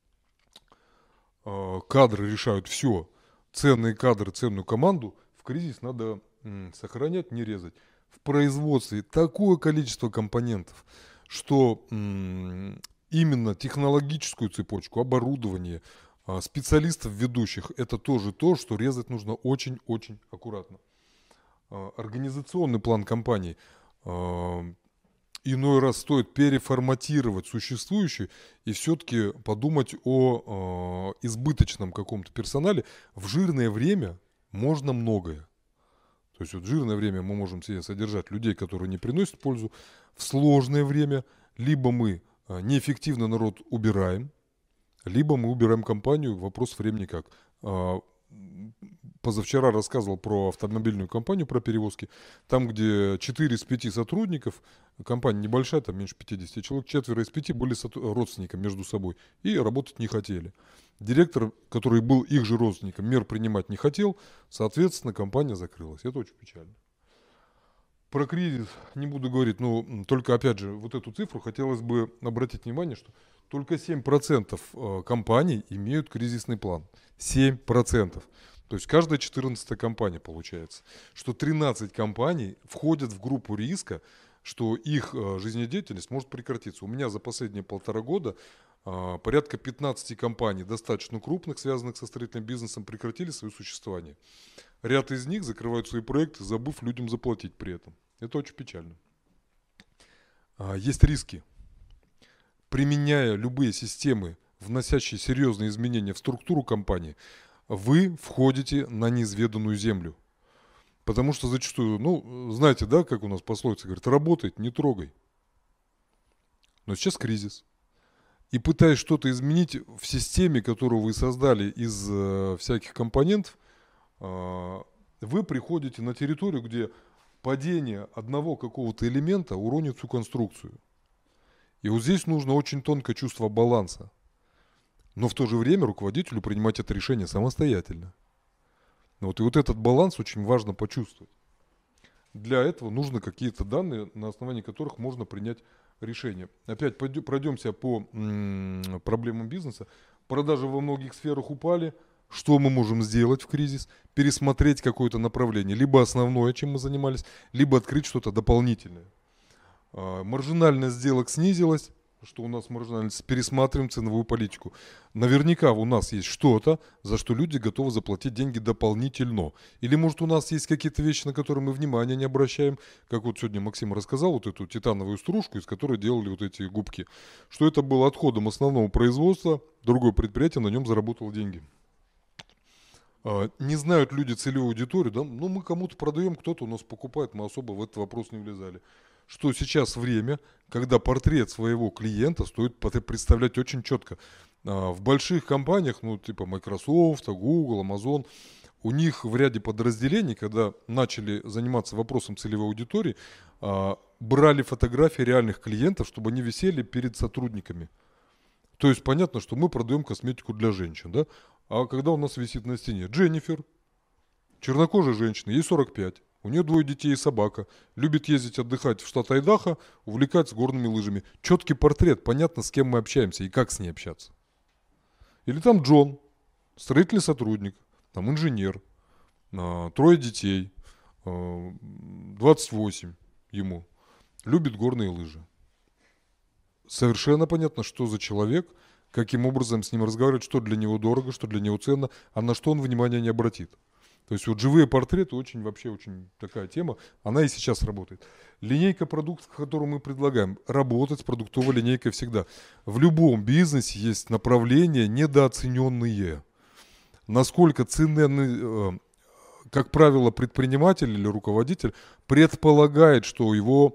Кадры решают все. Ценные кадры, ценную команду в кризис надо сохранять, не резать. В производстве такое количество компонентов, что именно технологическую цепочку, оборудование, специалистов ведущих – это тоже то, что резать нужно очень-очень аккуратно. Организационный план компании иной раз стоит переформатировать существующий и все-таки подумать о избыточном каком-то персонале. В жирное время можно многое. То есть вот в жирное время мы можем себе содержать людей, которые не приносят пользу. В сложное время либо мы неэффективно народ убираем, либо мы убираем компанию. Вопрос времени как. Позавчера рассказывал про автомобильную компанию, про перевозки. Там, где 4 из 5 сотрудников, компания небольшая, там меньше 50 человек, 4 из 5 были родственниками между собой и работать не хотели. Директор, который был их же родственником, мер принимать не хотел, соответственно, компания закрылась. Это очень печально. Про кризис не буду говорить, но только, опять же, вот эту цифру хотелось бы обратить внимание, что только 7% компаний имеют кризисный план. 7%. То есть каждая 14-я компания получается, что 13 компаний входят в группу риска, что их жизнедеятельность может прекратиться. У меня за последние 1,5 года порядка 15 компаний, достаточно крупных, связанных со строительным бизнесом, прекратили свое существование. Ряд из них закрывают свои проекты, забыв людям заплатить при этом. Это очень печально. Есть риски. Применяя любые системы, вносящие серьезные изменения в структуру компании, вы входите на неизведанную землю. Потому что зачастую, знаете, да, как у нас пословица говорит: работает, не трогай. Но сейчас кризис. И пытаясь что-то изменить в системе, которую вы создали из всяких компонентов, вы приходите на территорию, где падение одного какого-то элемента уронит всю конструкцию. И вот здесь нужно очень тонкое чувство баланса. Но в то же время руководителю принимать это решение самостоятельно. И вот этот баланс очень важно почувствовать. Для этого нужны какие-то данные, на основании которых можно принять решение. Опять пройдемся по проблемам бизнеса. Продажи во многих сферах упали. Что мы можем сделать в кризис? Пересмотреть какое-то направление. Либо основное, чем мы занимались, либо открыть что-то дополнительное. Маржинальность сделок снизилась. Что у нас маржинальность? Пересматриваем ценовую политику. Наверняка у нас есть что-то, за что люди готовы заплатить деньги дополнительно. Или может у нас есть какие-то вещи, на которые мы внимания не обращаем. Как вот сегодня Максим рассказал, вот эту титановую стружку, из которой делали вот эти губки. Что это было отходом основного производства, другое предприятие на нем заработало деньги. Не знают люди целевую аудиторию, да? Ну, мы кому-то продаем, кто-то у нас покупает, мы особо в этот вопрос не влезали. Что сейчас время, когда портрет своего клиента стоит представлять очень четко. В больших компаниях, ну, типа Microsoft, Google, Amazon, у них в ряде подразделений, когда начали заниматься вопросом целевой аудитории, брали фотографии реальных клиентов, чтобы они висели перед сотрудниками. То есть понятно, что мы продаем косметику для женщин, да? А когда у нас висит на стене Дженнифер, чернокожая женщина, ей 45, у нее 2 детей и собака, любит ездить отдыхать в штат Айдахо, увлекается горными лыжами. Четкий портрет, понятно, с кем мы общаемся и как с ней общаться. Или там Джон, строительный сотрудник, там инженер, 3 детей, 28 ему, любит горные лыжи. Совершенно понятно, что за человек, каким образом с ним разговаривать, что для него дорого, что для него ценно, а на что он внимания не обратит. То есть вот живые портреты очень вообще очень такая тема, она и сейчас работает. Линейка продуктов, которую мы предлагаем, работать с продуктовой линейкой всегда. В любом бизнесе есть направления недооцененные. Насколько ценны, как правило, предприниматель или руководитель предполагает, что его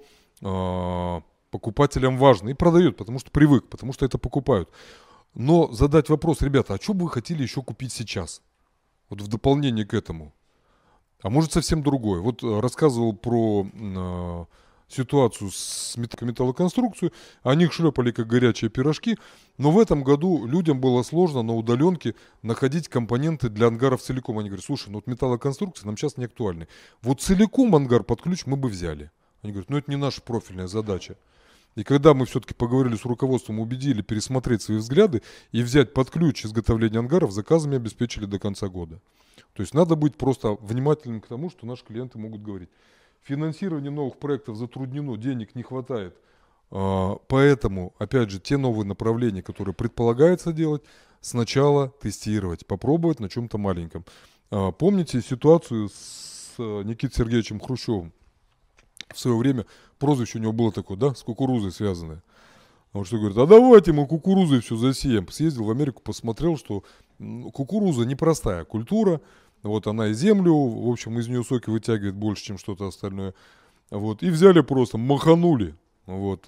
покупателям важно и продает, потому что привык, потому что это покупают. Но задать вопрос, ребята, а что бы вы хотели еще купить сейчас? Вот в дополнение к этому. А может совсем другое. Вот рассказывал про ситуацию с металлоконструкцией. Они их шлепали как горячие пирожки. Но в этом году людям было сложно на удаленке находить компоненты для ангаров целиком. Они говорят, слушай, ну вот металлоконструкции нам сейчас не актуальны. Вот целиком ангар под ключ мы бы взяли. Они говорят, ну это не наша профильная задача. И когда мы все-таки поговорили с руководством, убедили пересмотреть свои взгляды и взять под ключ изготовление ангаров, заказами обеспечили до конца года. То есть надо быть просто внимательным к тому, что наши клиенты могут говорить. Финансирование новых проектов затруднено, денег не хватает. Поэтому, опять же, те новые направления, которые предполагается делать, сначала тестировать, попробовать на чем-то маленьком. Помните ситуацию с Никитой Сергеевичем Хрущевым? В свое время прозвище у него было такое, да, с кукурузой связанное. Он что говорит, а давайте мы кукурузой все засеем. Съездил в Америку, посмотрел, что кукуруза непростая культура. Вот она и землю, в общем, из нее соки вытягивает больше, чем что-то остальное. Вот, и взяли просто, маханули. Вот,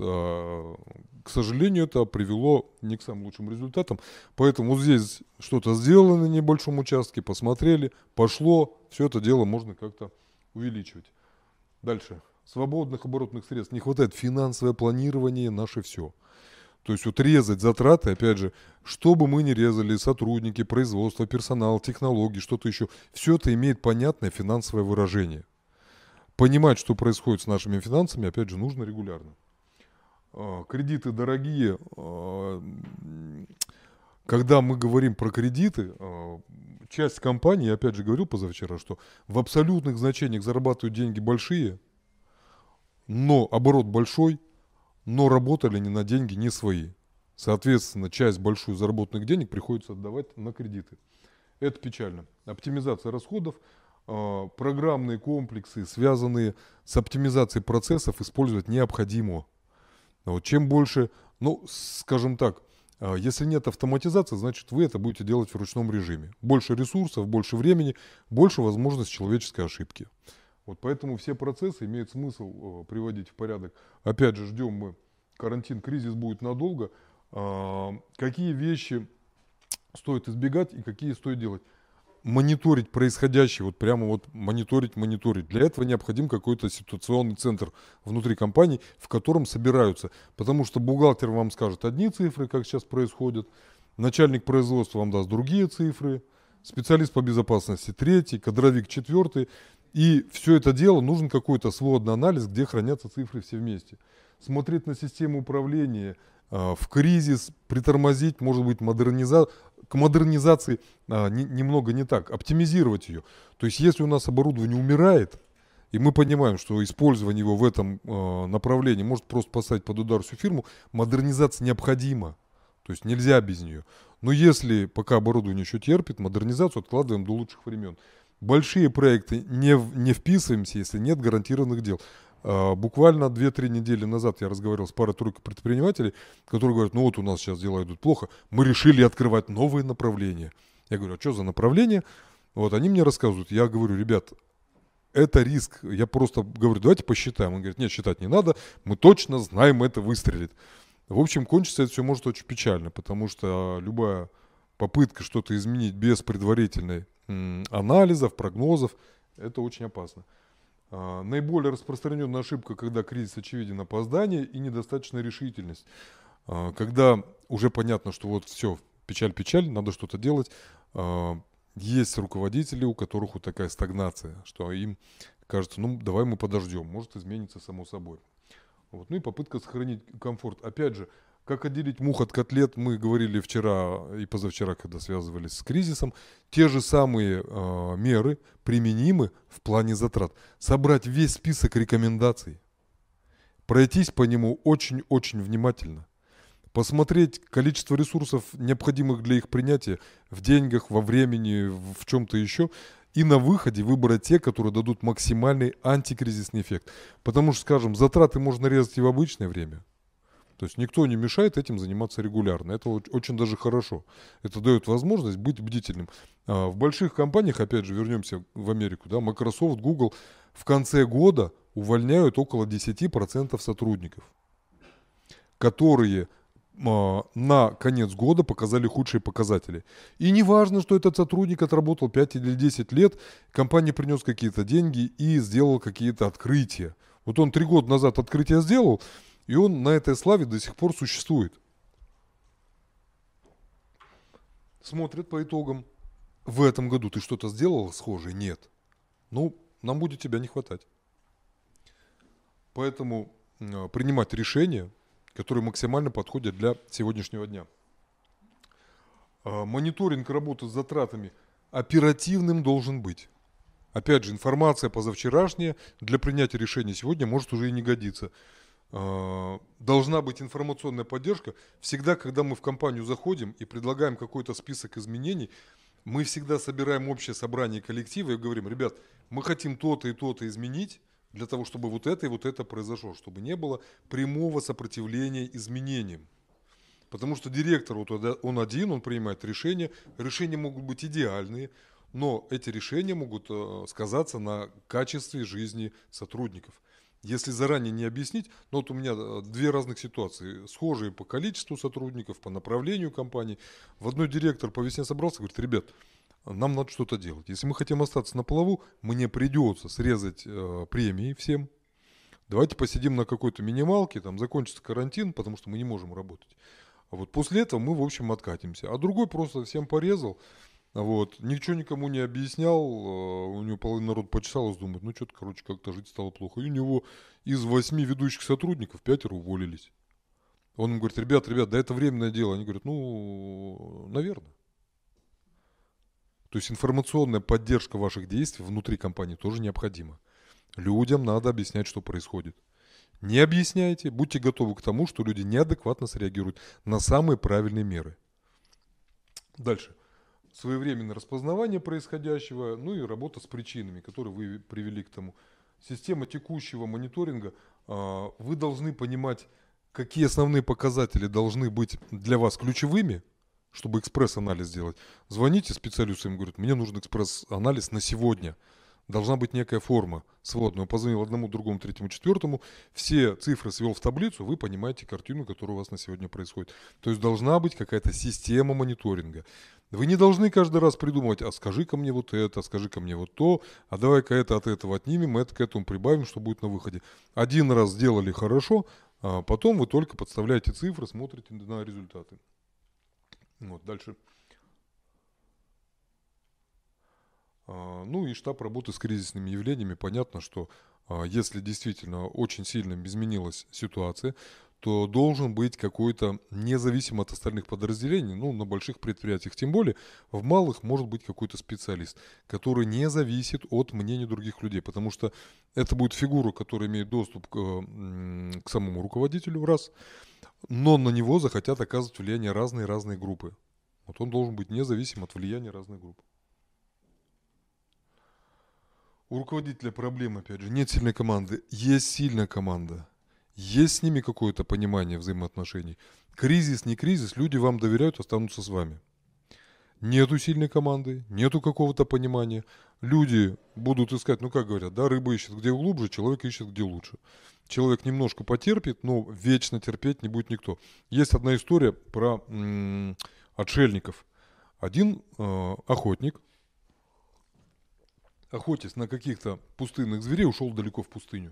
к сожалению, это привело не к самым лучшим результатам. Поэтому вот здесь что-то сделано на небольшом участке, посмотрели, пошло. Все это дело можно как-то увеличивать. Дальше. Свободных оборотных средств не хватает. Финансовое планирование наше все. То есть вот резать затраты, опять же, что бы мы ни резали, сотрудники, производство, персонал, технологии, что-то еще, все это имеет понятное финансовое выражение. Понимать, что происходит с нашими финансами, опять же, нужно регулярно. Кредиты дорогие. Когда мы говорим про кредиты, часть компаний, я опять же говорил позавчера, что в абсолютных значениях зарабатывают деньги большие, но оборот большой, но работали они на деньги не свои. Соответственно, часть большую заработанных денег приходится отдавать на кредиты. Это печально. Оптимизация расходов, программные комплексы, связанные с оптимизацией процессов, использовать необходимо. Вот чем больше, ну, скажем так, если нет автоматизации, значит вы это будете делать в ручном режиме. Больше ресурсов, больше времени, больше возможность человеческой ошибки. Вот поэтому все процессы имеет смысл приводить в порядок. Опять же, ждем мы карантин, кризис будет надолго. Какие вещи стоит избегать и какие стоит делать? Мониторить происходящее, вот прямо вот мониторить. Для этого необходим какой-то ситуационный центр внутри компании, в котором собираются. Потому что бухгалтер вам скажет одни цифры, как сейчас происходит, начальник производства вам даст другие цифры, специалист по безопасности третий, кадровик четвертый. И все это дело, нужен какой-то сводный анализ, где хранятся цифры все вместе. Смотреть на систему управления в кризис, притормозить, может быть, к модернизации немного не так, оптимизировать ее. То есть, если у нас оборудование умирает, и мы понимаем, что использование его в этом направлении может просто поставить под удар всю фирму, модернизация необходима. То есть, нельзя без нее. Но если пока оборудование еще терпит, модернизацию откладываем до лучших времен. Большие проекты не вписываемся, если нет гарантированных дел. Буквально 2-3 недели назад я разговаривал с парой-тройкой предпринимателей, которые говорят, ну вот у нас сейчас дела идут плохо, мы решили открывать новые направления. Я говорю, а что за направление? Вот, они мне рассказывают, я говорю, ребят, это риск. Я просто говорю, давайте посчитаем. Он говорит, нет, считать не надо, мы точно знаем, это выстрелит. В общем, кончится это все может очень печально, потому что любая попытка что-то изменить без предварительной анализов, прогнозов, это очень опасно. Наиболее распространенная ошибка, когда кризис очевиден, опоздание и недостаточная решительность. Когда уже понятно, что вот все, печаль-печаль, надо что-то делать, есть руководители, у которых вот такая стагнация, что им кажется, ну давай мы подождем, может изменится само собой. Вот. Ну и попытка сохранить комфорт. Опять же, как отделить мух от котлет, мы говорили вчера и позавчера, когда связывались с кризисом. Те же самые меры применимы в плане затрат. Собрать весь список рекомендаций, пройтись по нему очень-очень внимательно. Посмотреть количество ресурсов, необходимых для их принятия в деньгах, во времени, в чем-то еще. И на выходе выбрать те, которые дадут максимальный антикризисный эффект. Потому что, скажем, затраты можно резать и в обычное время. То есть никто не мешает этим заниматься регулярно. Это очень даже хорошо. Это дает возможность быть бдительным. В больших компаниях, опять же, вернемся в Америку, да, Microsoft, Google в конце года увольняют около 10% сотрудников, которые на конец года показали худшие показатели. И не важно, что этот сотрудник отработал 5 или 10 лет, компания принес какие-то деньги и сделал какие-то открытия. Вот он 3 года назад открытие сделал, и он на этой славе до сих пор существует. Смотрят по итогам. В этом году ты что-то сделал схожее? Нет. Ну, нам будет тебя не хватать. Поэтому принимать решения, которые максимально подходят для сегодняшнего дня. Мониторинг работы с затратами оперативным должен быть. Опять же, информация позавчерашняя для принятия решения сегодня может уже и не годиться. Должна быть информационная поддержка. Всегда, когда мы в компанию заходим и предлагаем какой-то список изменений, мы всегда собираем общее собрание коллектива и говорим, ребят, мы хотим то-то и то-то изменить, для того, чтобы вот это и вот это произошло, чтобы не было прямого сопротивления изменениям. Потому что директор, вот он один, он принимает решения. Решения могут быть идеальные, но эти решения могут сказаться на качестве жизни сотрудников. Если заранее не объяснить, ну вот у меня 2 разных ситуации, схожие по количеству сотрудников, по направлению компании. В одной директор по весне собрался, говорит, ребят, нам надо что-то делать. Если мы хотим остаться на плаву, мне придется срезать премии всем. Давайте посидим на какой-то минималке, там закончится карантин, потому что мы не можем работать. А вот после этого мы, в общем, откатимся. А другой просто всем порезал, вот, ничего никому не объяснял, у него половина народ почесалась, думает, ну что-то, короче, как-то жить стало плохо. И у него из 8 ведущих сотрудников 5 уволились. Он им говорит, ребят, да это временное дело. Они говорят, ну, наверное. То есть информационная поддержка ваших действий внутри компании тоже необходима. Людям надо объяснять, что происходит. Не объясняйте, будьте готовы к тому, что люди неадекватно среагируют на самые правильные меры. Дальше. Своевременное распознавание происходящего, ну и работа с причинами, которые вы привели к тому. Система текущего мониторинга, вы должны понимать, какие основные показатели должны быть для вас ключевыми, чтобы экспресс-анализ сделать. Звоните специалисту, им говорят, мне нужен экспресс-анализ на сегодня. Должна быть некая форма сводная. Он позвонил одному, другому, третьему, четвертому. Все цифры свел в таблицу, вы понимаете картину, которая у вас на сегодня происходит. То есть должна быть какая-то система мониторинга. Вы не должны каждый раз придумывать, а скажи-ка мне вот это, а скажи-ка мне вот то, а давай-ка это от этого отнимем, это к этому прибавим, что будет на выходе. Один раз сделали хорошо, а потом вы только подставляете цифры, смотрите на результаты. Вот, дальше. Ну и штаб работы с кризисными явлениями. Понятно, что если действительно очень сильно изменилась ситуация, то должен быть какой-то, независимо от остальных подразделений, ну на больших предприятиях тем более, в малых может быть какой-то специалист, который не зависит от мнений других людей, потому что это будет фигура, которая имеет доступ к самому руководителю, раз, но на него захотят оказывать влияние разные группы. Вот он должен быть независим от влияния разных групп. У руководителя проблем, опять же, нет сильной команды. Есть сильная команда. Есть с ними какое-то понимание взаимоотношений. Кризис, не кризис, люди вам доверяют, останутся с вами. Нету сильной команды, нету какого-то понимания. Люди будут искать, ну как говорят, да, рыба ищет где глубже, человек ищет где лучше. Человек немножко потерпит, но вечно терпеть не будет никто. Есть одна история про отшельников. Один охотник, охотясь на каких-то пустынных зверей, ушел далеко в пустыню.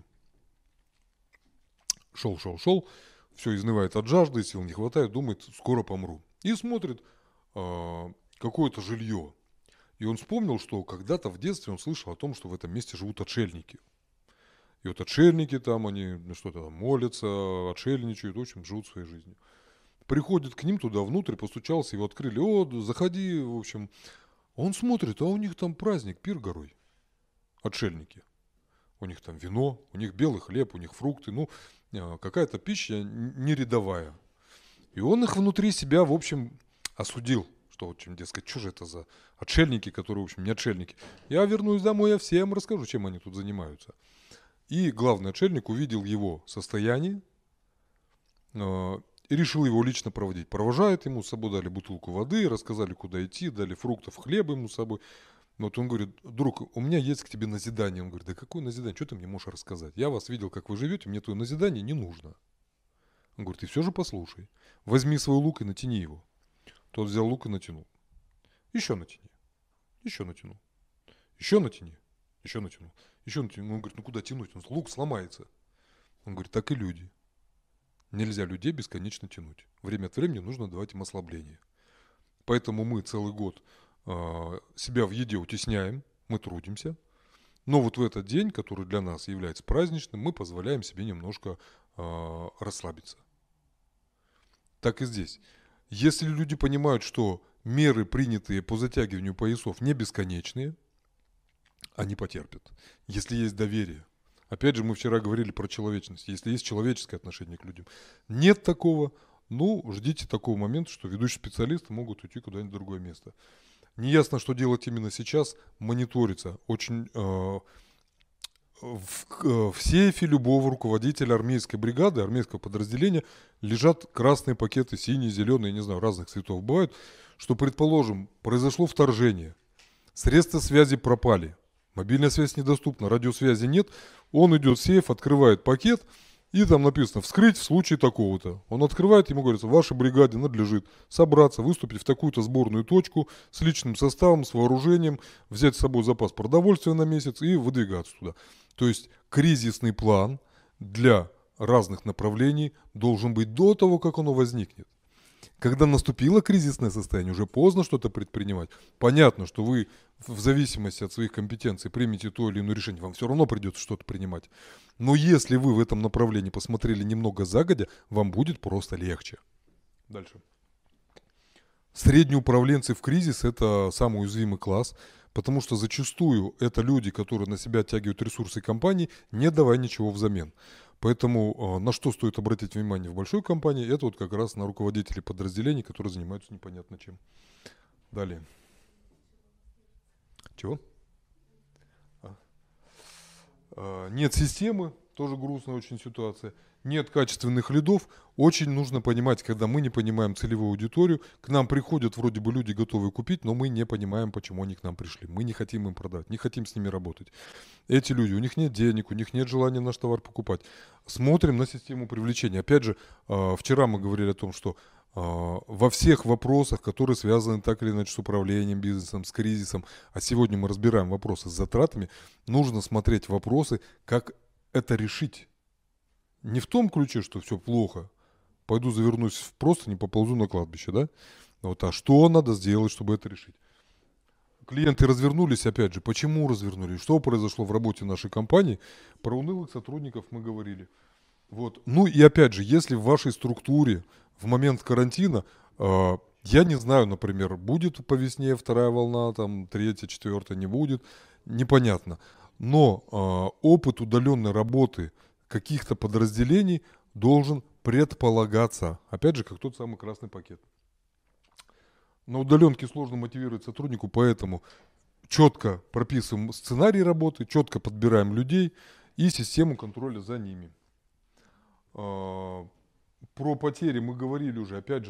Шел, все изнывает от жажды, сил не хватает, думает, скоро помру. И смотрит какое-то жилье. И он вспомнил, что когда-то в детстве он слышал о том, что в этом месте живут отшельники. И вот отшельники там, они что-то там молятся, отшельничают, в общем, живут своей жизнью. Приходит к ним туда внутрь, постучался, его открыли, заходи, в общем. Он смотрит, а у них там праздник, пир горой. Отшельники. У них там вино, у них белый хлеб, у них фрукты, какая-то пища не рядовая. И он их внутри себя, в общем, осудил. Что, в общем, дескать, что же это за отшельники, которые, в общем, не отшельники. Я вернусь домой, я всем расскажу, чем они тут занимаются. И главный отшельник увидел его состояние и решил его лично проводить. Провожает ему, с собой дали бутылку воды, рассказали, куда идти, дали фруктов, хлеба ему с собой. Вот он говорит, друг, у меня есть к тебе назидание. Он говорит, да какое назидание, что ты мне можешь рассказать? Я вас видел, как вы живете, мне твое назидание не нужно. Он говорит, ты все же послушай, возьми свой лук и натяни его. Тот взял лук и натянул. Еще натяни, еще натянул, еще натяни, еще натянул, еще натянул. Он говорит, ну куда тянуть, лук сломается. Он говорит, так и люди. Нельзя людей бесконечно тянуть. Время от времени нужно давать им ослабление. Поэтому мы целый год себя в еде утесняем, мы трудимся, но вот в этот день, который для нас является праздничным, мы позволяем себе немножко расслабиться. Так и здесь. Если люди понимают, что меры, принятые по затягиванию поясов, не бесконечные, они потерпят. Если есть доверие. Опять же, мы вчера говорили про человечность. Если есть человеческое отношение к людям. Нет такого, ждите такого момента, что ведущие специалисты могут уйти куда-нибудь в другое место. Неясно, что делать именно сейчас, мониторится. Очень в сейфе любого руководителя армейской бригады, армейского подразделения лежат красные пакеты, синие, зеленые, не знаю, разных цветов бывают, что, предположим, произошло вторжение, средства связи пропали, мобильная связь недоступна, радиосвязи нет, он идет в сейф, открывает пакет, и там написано «вскрыть в случае такого-то». Он открывает, ему говорится, вашей бригаде надлежит собраться, выступить в такую-то сборную точку с личным составом, с вооружением, взять с собой запас продовольствия на месяц и выдвигаться туда. То есть кризисный план для разных направлений должен быть до того, как оно возникнет. Когда наступило кризисное состояние, уже поздно что-то предпринимать. Понятно, что вы в зависимости от своих компетенций примете то или иное решение, вам все равно придется что-то принимать. Но если вы в этом направлении посмотрели немного загодя, вам будет просто легче. Дальше. Средние управленцы в кризис – это самый уязвимый класс, потому что зачастую это люди, которые на себя оттягивают ресурсы компании, не давая ничего взамен. Поэтому на что стоит обратить внимание в большой компании, это вот как раз на руководителей подразделений, которые занимаются непонятно чем. Далее. Чего? Нет системы, тоже грустная очень ситуация. Нет качественных лидов. Очень нужно понимать, когда мы не понимаем целевую аудиторию, к нам приходят вроде бы люди, готовые купить, но мы не понимаем, почему они к нам пришли. Мы не хотим им продать, не хотим с ними работать. Эти люди, у них нет денег, у них нет желания наш товар покупать. Смотрим на систему привлечения. Опять же, вчера мы говорили о том, что во всех вопросах, которые связаны так или иначе с управлением бизнесом, с кризисом, а сегодня мы разбираем вопросы с затратами, нужно смотреть вопросы, как это решить. Не в том ключе, что все плохо, пойду завернусь в простынь и поползу на кладбище, да? Вот, а что надо сделать, чтобы это решить? Клиенты развернулись, опять же, почему развернулись, что произошло в работе нашей компании, про унылых сотрудников мы говорили. Вот. Ну и опять же, если в вашей структуре в момент карантина, я не знаю, например, будет по весне вторая волна, там третья, четвертая не будет, непонятно. Но опыт удаленной работы каких-то подразделений должен предполагаться. Опять же, как тот самый красный пакет. На удаленке сложно мотивировать сотруднику, поэтому четко прописываем сценарий работы, четко подбираем людей и систему контроля за ними. Про потери мы говорили уже. Опять же,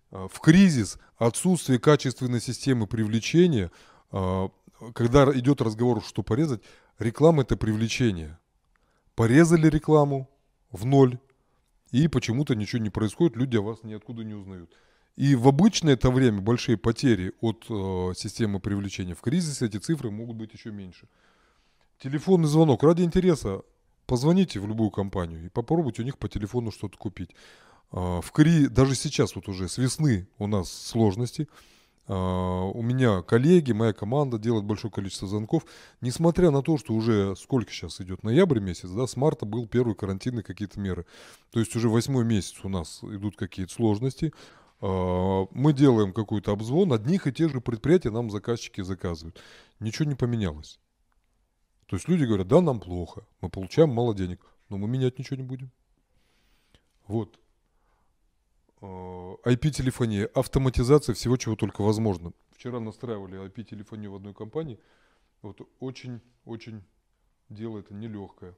В кризис отсутствие качественной системы привлечения, когда идет разговор, что порезать, реклама – это привлечение. Порезали рекламу в ноль, и почему-то ничего не происходит, люди о вас ниоткуда не узнают. И в обычное это время большие потери от системы привлечения. В кризис эти цифры могут быть еще меньше. Телефонный звонок. Ради интереса позвоните в любую компанию и попробуйте у них по телефону что-то купить. Даже сейчас вот уже с весны у нас сложности. У меня коллеги, моя команда делает большое количество звонков. Несмотря на то, что уже сколько сейчас идет, ноябрь месяц, да, с марта был первый карантинный какие-то меры. То есть уже 8-й месяц у нас идут какие-то сложности. Мы делаем какой-то обзвон, одних и тех же предприятий нам заказчики заказывают. Ничего не поменялось. То есть люди говорят, да, нам плохо, мы получаем мало денег, но мы менять ничего не будем. Вот. IP-телефония, автоматизация всего, чего только возможно. Вчера настраивали IP-телефонию в одной компании. Вот очень дело это нелегкое.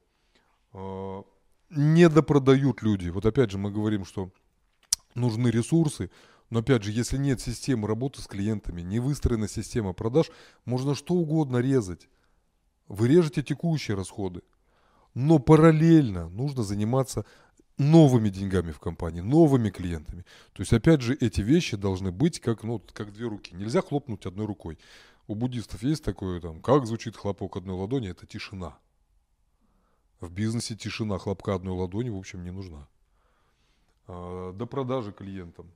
Недопродают люди. Вот опять же мы говорим, что нужны ресурсы, но опять же, если нет системы работы с клиентами, не выстроена система продаж, можно что угодно резать. Вы режете текущие расходы, но параллельно нужно заниматься новыми деньгами в компании, новыми клиентами. То есть, опять же, эти вещи должны быть как две руки. Нельзя хлопнуть одной рукой. У буддистов есть такое, как звучит хлопок одной ладони, это тишина. В бизнесе тишина, хлопка одной ладони, в общем, не нужна. До продажи клиентам.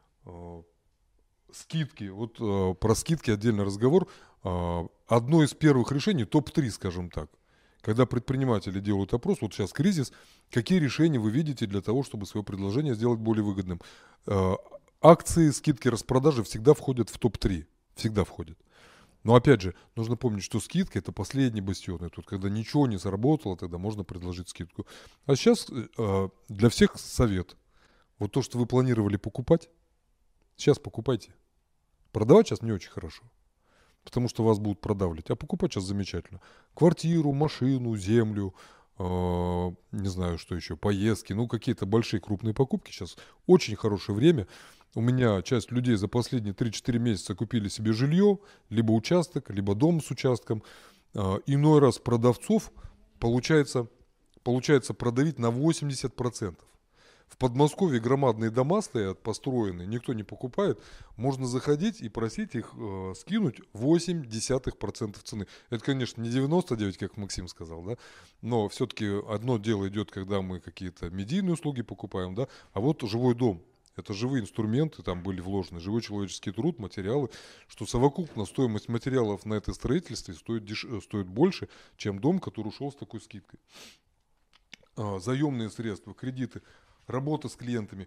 Скидки. Вот про скидки отдельный разговор. Одно из первых решений, топ-3, скажем так. Когда предприниматели делают опрос, вот сейчас кризис, какие решения вы видите для того, чтобы свое предложение сделать более выгодным? Акции, скидки, распродажи всегда входят в топ-3. Всегда входят. Но опять же, нужно помнить, что скидка – это последний бастион. И тут, когда ничего не заработало, тогда можно предложить скидку. А сейчас для всех совет. Вот то, что вы планировали покупать, сейчас покупайте. Продавать сейчас не очень хорошо. Потому что вас будут продавливать. А покупать сейчас замечательно. Квартиру, машину, землю, не знаю, что еще, поездки. Какие-то большие крупные покупки. Сейчас очень хорошее время. У меня часть людей за последние 3-4 месяца купили себе жилье, либо участок, либо дом с участком. Иной раз продавцов получается продавить на 80%. В Подмосковье громадные дома стоят, построенные, никто не покупает. Можно заходить и просить их скинуть 0,8% цены. Это, конечно, не 99, как Максим сказал, да, но все-таки одно дело идет, когда мы какие-то медийные услуги покупаем, да, а вот живой дом. Это живые инструменты, там были вложены, живой человеческий труд, материалы, что совокупно стоимость материалов на это строительство стоит больше, чем дом, который ушел с такой скидкой. Заемные средства, кредиты. Работа с клиентами.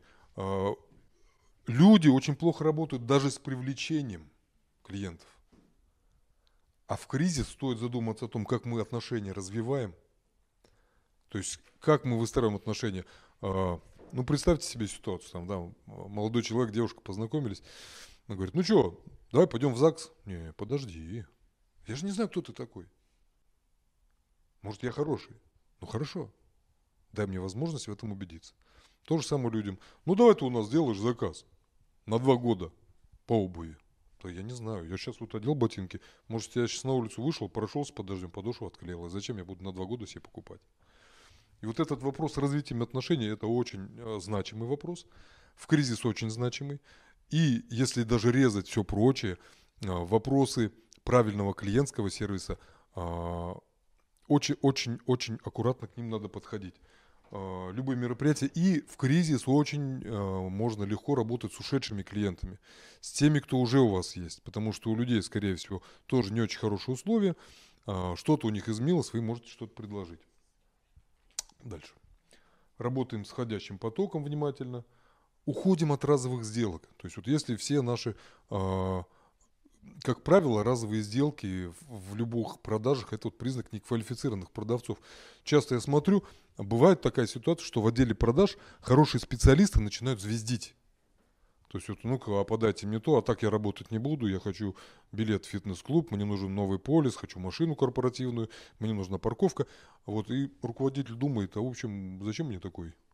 Люди очень плохо работают даже с привлечением клиентов. А в кризис стоит задуматься о том, как мы отношения развиваем. То есть, как мы выстраиваем отношения. Представьте себе ситуацию. Молодой человек, девушка познакомились. Она говорит, что, давай пойдем в ЗАГС. Не, подожди. Я же не знаю, кто ты такой. Может, я хороший. Хорошо. Дай мне возможность в этом убедиться. То же самое людям. Давай ты у нас сделаешь заказ на 2 года по обуви. Да я не знаю, я сейчас одел ботинки. Может, я сейчас на улицу вышел, прошелся под дождем, подошва отклеилась. Зачем я буду на 2 года себе покупать? И вот этот вопрос с развитием отношений, это очень значимый вопрос. В кризис очень значимый. И если даже резать все прочее, вопросы правильного клиентского сервиса, очень аккуратно к ним надо подходить. Любые мероприятия. И в кризис очень можно легко работать с ушедшими клиентами, с теми, кто уже у вас есть, потому что у людей, скорее всего, тоже не очень хорошие условия, что-то у них изменилось, вы можете что-то предложить. Дальше. Работаем с входящим потоком внимательно, уходим от разовых сделок. То есть если все наши, как правило, разовые сделки в любых продажах, это признак неквалифицированных продавцов. Часто я смотрю, бывает такая ситуация, что в отделе продаж хорошие специалисты начинают звездить. То есть ну-ка, подайте мне то, а так я работать не буду, я хочу билет в фитнес-клуб, мне нужен новый полис, хочу машину корпоративную, мне нужна парковка. И руководитель думает, в общем, зачем мне такой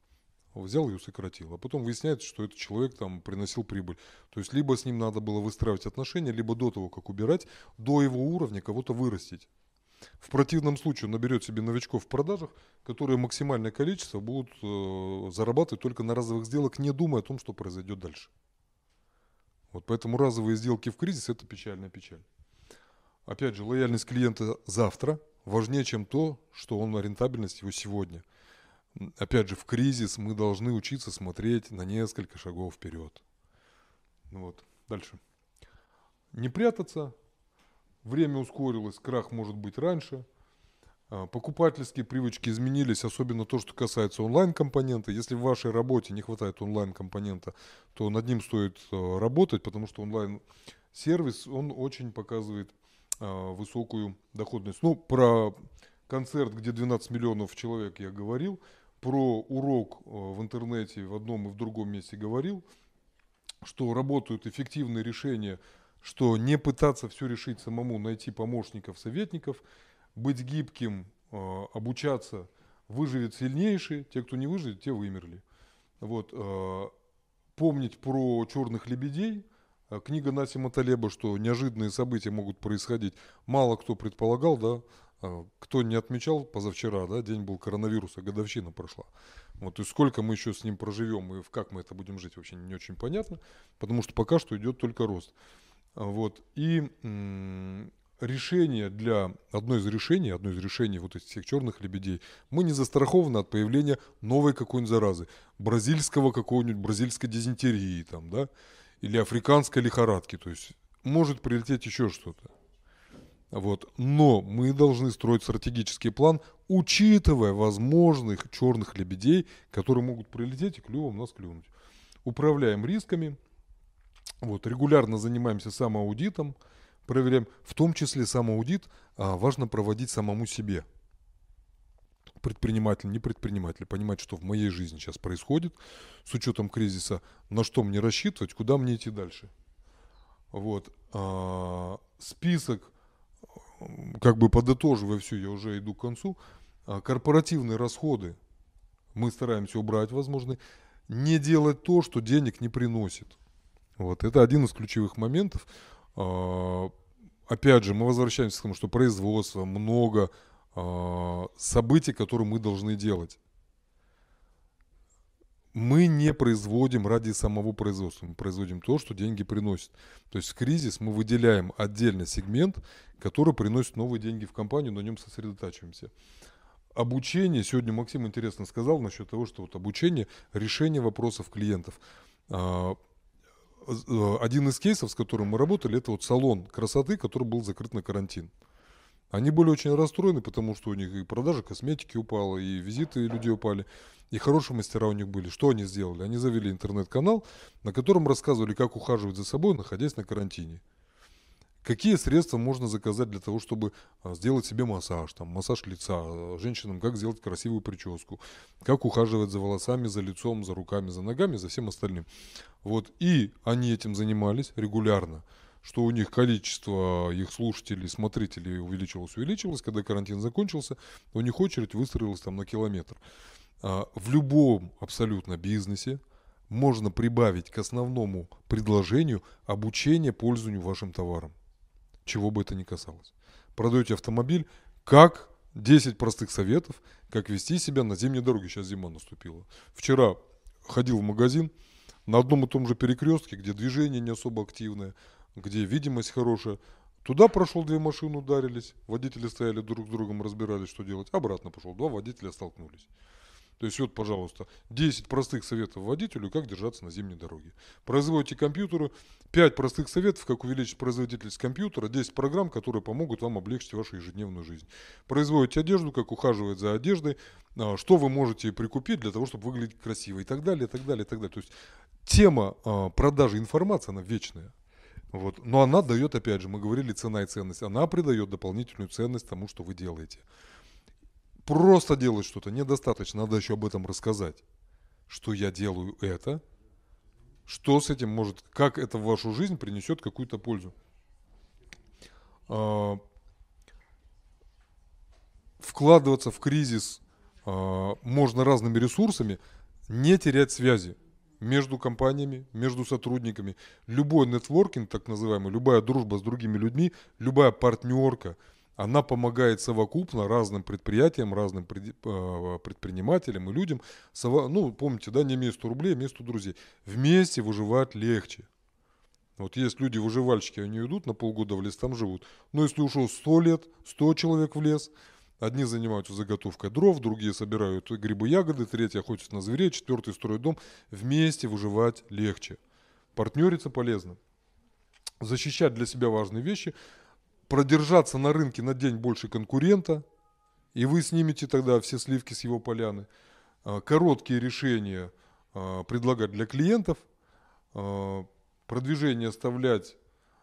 взял ее сократил. А потом выясняется, что этот человек там приносил прибыль. То есть либо с ним надо было выстраивать отношения, либо до того, как убирать, до его уровня кого-то вырастить. В противном случае он наберет себе новичков в продажах, которые максимальное количество будут зарабатывать только на разовых сделках, не думая о том, что произойдет дальше. Вот поэтому разовые сделки в кризис – это печальная печаль. Опять же, лояльность клиента завтра важнее, чем то, что он на рентабельность его сегодня. Опять же, в кризис мы должны учиться смотреть на несколько шагов вперед. Вот. Дальше. Не прятаться. Время ускорилось, крах может быть раньше. Покупательские привычки изменились, особенно то, что касается онлайн-компонента. Если в вашей работе не хватает онлайн-компонента, то над ним стоит работать, потому что онлайн-сервис, он очень показывает высокую доходность. Ну, про концерт, где 12 миллионов человек, я говорил. Про урок в интернете в одном и в другом месте говорил, что работают эффективные решения, что не пытаться все решить самому, найти помощников, советников, быть гибким, обучаться, выживет сильнейший, те, кто не выживет, те вымерли. Вот. Помнить про черных лебедей. Книга Насима Талеба, что неожиданные события могут происходить. Мало кто предполагал, да, кто не отмечал позавчера, да, день был коронавируса, годовщина прошла. Вот, и сколько мы еще с ним проживем и как мы это будем жить, вообще не очень понятно, потому что пока что идет только рост. Вот, и одно из решений вот этих всех черных лебедей, мы не застрахованы от появления новой какой-нибудь заразы, бразильской дизентерии, там, да, или африканской лихорадки, то есть может прилететь еще что-то. Вот. Но мы должны строить стратегический план, учитывая возможных черных лебедей, которые могут прилететь и клювом нас клюнуть. Управляем рисками, вот, регулярно занимаемся самоаудитом, проверяем, в том числе самоаудит важно проводить самому себе. Предприниматель, не предприниматель, понимать, что в моей жизни сейчас происходит, с учетом кризиса, на что мне рассчитывать, куда мне идти дальше. Вот. Список, как бы подытоживая все, я уже иду к концу. Корпоративные расходы мы стараемся убрать, возможно, не делать то, что денег не приносит. Вот. Это один из ключевых моментов. Опять же, мы возвращаемся к тому, что производство, много событий, которые мы должны делать. Мы не производим ради самого производства, мы производим то, что деньги приносят. То есть в кризис мы выделяем отдельный сегмент, который приносит новые деньги в компанию, на нем сосредотачиваемся. Обучение, сегодня Максим интересно сказал насчет того, что вот обучение, решение вопросов клиентов. Один из кейсов, с которым мы работали, это вот салон красоты, который был закрыт на карантин. Они были очень расстроены, потому что у них и продажа косметики упала, и визиты людей упали, и хорошие мастера у них были. Что они сделали? Они завели интернет-канал, на котором рассказывали, как ухаживать за собой, находясь на карантине. Какие средства можно заказать для того, чтобы сделать себе массаж, там, массаж лица, женщинам как сделать красивую прическу, как ухаживать за волосами, за лицом, за руками, за ногами, за всем остальным. Вот. И они этим занимались регулярно, что у них количество их слушателей, смотрителей увеличилось, когда карантин закончился, у них очередь выстроилась там на километр. В любом абсолютно бизнесе можно прибавить к основному предложению обучение пользованию вашим товаром, чего бы это ни касалось. Продаете автомобиль, как 10 простых советов, как вести себя на зимней дороге. Сейчас зима наступила. Вчера ходил в магазин на одном и том же перекрестке, где движение не особо активное, где видимость хорошая. Туда прошел, 2 машины ударились, водители стояли друг с другом, разбирались, что делать. Обратно пошел, 2 водителя столкнулись. То есть вот, пожалуйста, 10 простых советов водителю, как держаться на зимней дороге. Производите компьютеры, 5 простых советов, как увеличить производительность компьютера, 10 программ, которые помогут вам облегчить вашу ежедневную жизнь. Производите одежду, как ухаживать за одеждой, что вы можете прикупить для того, чтобы выглядеть красиво и так далее, и так далее, и так далее. То есть тема продажи информации, она вечная. Вот. Но она дает, опять же, мы говорили, цена и ценность. Она придает дополнительную ценность тому, что вы делаете. Просто делать что-то недостаточно, надо еще об этом рассказать. Что я делаю это, что с этим может, как это в вашу жизнь принесет какую-то пользу. Вкладываться в кризис можно разными ресурсами, Не терять связи между компаниями, между сотрудниками. Любой нетворкинг, так называемый, любая дружба с другими людьми, любая партнерка, она помогает совокупно разным предприятиям, разным предпринимателям и людям. Ну, помните, да, не имея 100 рублей, имея 100 друзей. Вместе выживать легче. Вот есть люди-выживальщики, они идут на полгода в лес, там живут. Но если ушло 100 лет, 100 человек в лес, одни занимаются заготовкой дров, другие собирают грибы, ягоды, третьи охотятся на зверей, четвертый строит дом. Вместе выживать легче. Партнериться полезно. Защищать для себя важные вещи. Продержаться на рынке на день больше конкурента, и вы снимете тогда все сливки с его поляны. Короткие решения предлагать для клиентов. Продвижение оставлять,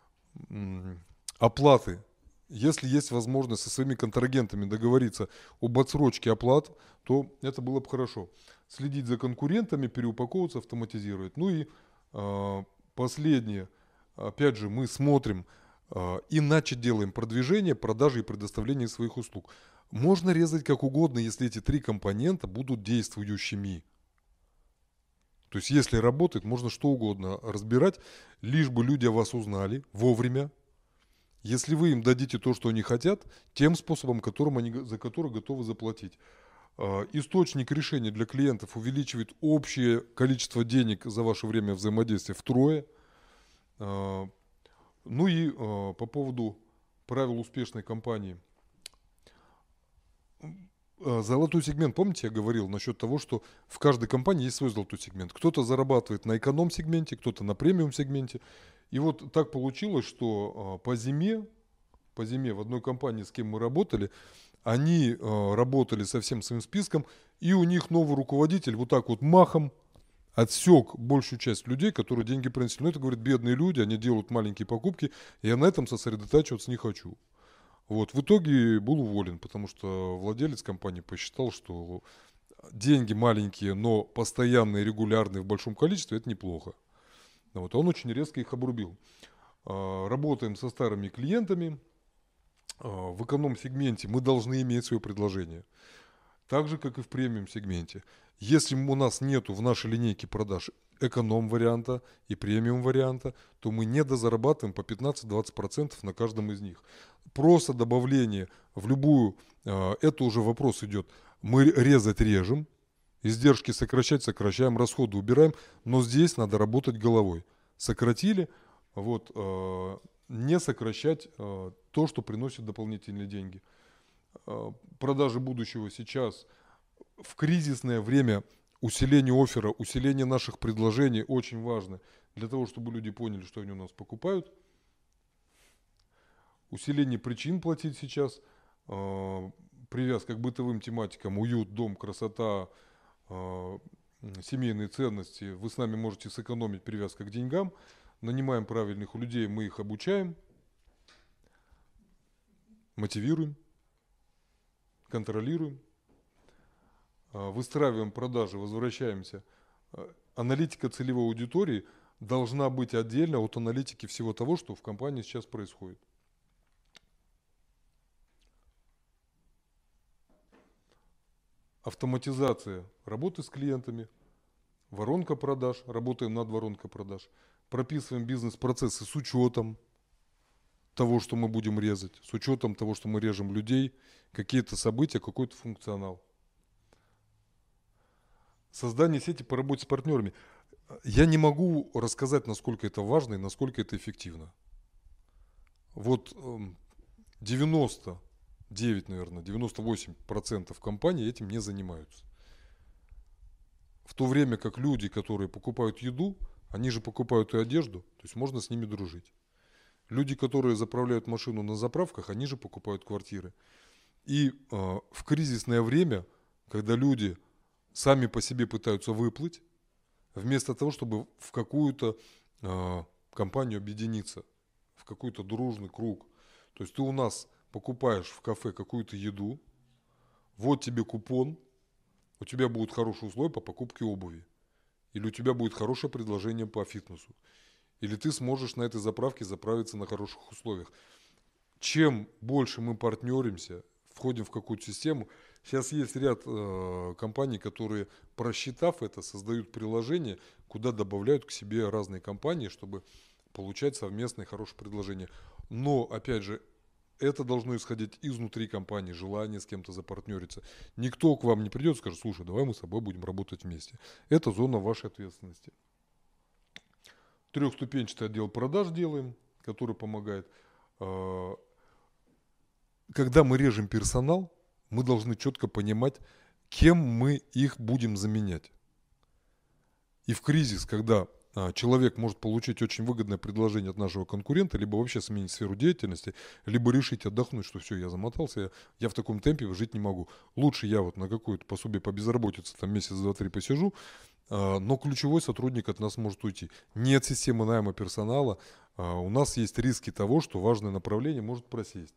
оплаты. Если есть возможность со своими контрагентами договориться об отсрочке оплат, то это было бы хорошо. Следить за конкурентами, переупаковываться, автоматизировать. Ну и последнее. Опять же, мы смотрим, иначе делаем продвижение, продажи и предоставление своих услуг. Можно резать как угодно, если эти 3 компонента будут действующими. То есть, если работает, можно что угодно разбирать, лишь бы люди о вас узнали вовремя. Если вы им дадите то, что они хотят, тем способом, за который готовы заплатить. Источник решения для клиентов увеличивает общее количество денег за ваше время взаимодействия втрое. Ну и по поводу правил успешной компании. Золотой сегмент, помните, я говорил насчет того, что в каждой компании есть свой золотой сегмент. Кто-то зарабатывает на эконом-сегменте, кто-то на премиум-сегменте. И вот так получилось, что по зиме в одной компании, с кем мы работали, они работали со всем своим списком, и у них новый руководитель вот так вот махом отсек большую часть людей, которые деньги принесли. Ну, это, говорит, бедные люди, они делают маленькие покупки, и я на этом сосредотачиваться не хочу. Вот, в итоге был уволен, потому что владелец компании посчитал, что деньги маленькие, но постоянные, регулярные в большом количестве – это неплохо. Вот, он очень резко их обрубил. Работаем со старыми клиентами. В эконом-сегменте мы должны иметь свое предложение. Так же, как и в премиум-сегменте. Если у нас нету в нашей линейке продаж эконом-варианта и премиум-варианта, то мы недозарабатываем по 15-20% на каждом из них. Просто добавление в любую, это уже вопрос идет, мы резать режем, издержки сокращать сокращаем, расходы убираем, но здесь надо работать головой. Сократили, вот, не сокращать то, что приносит дополнительные деньги. Продажи будущего сейчас в кризисное время, усиление оффера, усиление наших предложений очень важно для того, чтобы люди поняли, что они у нас покупают. Усиление причин платить сейчас, привязка к бытовым тематикам, уют, дом, красота, семейные ценности. Вы с нами можете сэкономить, привязка к деньгам. Нанимаем правильных людей, мы их обучаем, мотивируем, контролируем. Выстраиваем продажи, возвращаемся. Аналитика целевой аудитории должна быть отдельно от аналитики всего того, что в компании сейчас происходит. Автоматизация работы с клиентами, воронка продаж, работаем над воронкой продаж, прописываем бизнес-процессы с учетом того, что мы будем резать, с учетом того, что мы режем людей, какие-то события, какой-то функционал. Создание сети по работе с партнерами. Я не могу рассказать, насколько это важно и насколько это эффективно. Вот 99, наверное, 98% компаний этим не занимаются. В то время как люди, которые покупают еду, они же покупают и одежду, то есть можно с ними дружить. Люди, которые заправляют машину на заправках, они же покупают квартиры. И в кризисное время, когда люди сами по себе пытаются выплыть, вместо того, чтобы в какую-то компанию объединиться, в какой-то дружный круг. То есть ты у нас покупаешь в кафе какую-то еду, вот тебе купон, у тебя будут хорошие условия по покупке обуви. Или у тебя будет хорошее предложение по фитнесу. Или ты сможешь на этой заправке заправиться на хороших условиях. Чем больше мы партнеримся, входим в какую-то систему, Сейчас есть ряд компаний, которые, просчитав это, создают приложение, куда добавляют к себе разные компании, чтобы получать совместные хорошие предложения. Но, опять же, это должно исходить изнутри компании, желание с кем-то запартнериться. Никто к вам не придет и скажет: слушай, давай мы с тобой будем работать вместе. Это зона вашей ответственности. Трехступенчатый отдел продаж делаем, который помогает. Когда мы режем персонал, мы должны четко понимать, кем мы их будем заменять. И в кризис, когда человек может получить очень выгодное предложение от нашего конкурента, либо вообще сменить сферу деятельности, либо решить отдохнуть, что все, я замотался, я в таком темпе жить не могу. Лучше я вот на какое-то пособие по безработице там месяц, два, три посижу, но ключевой сотрудник от нас может уйти. Нет системы найма персонала, у нас есть риски того, что важное направление может просесть.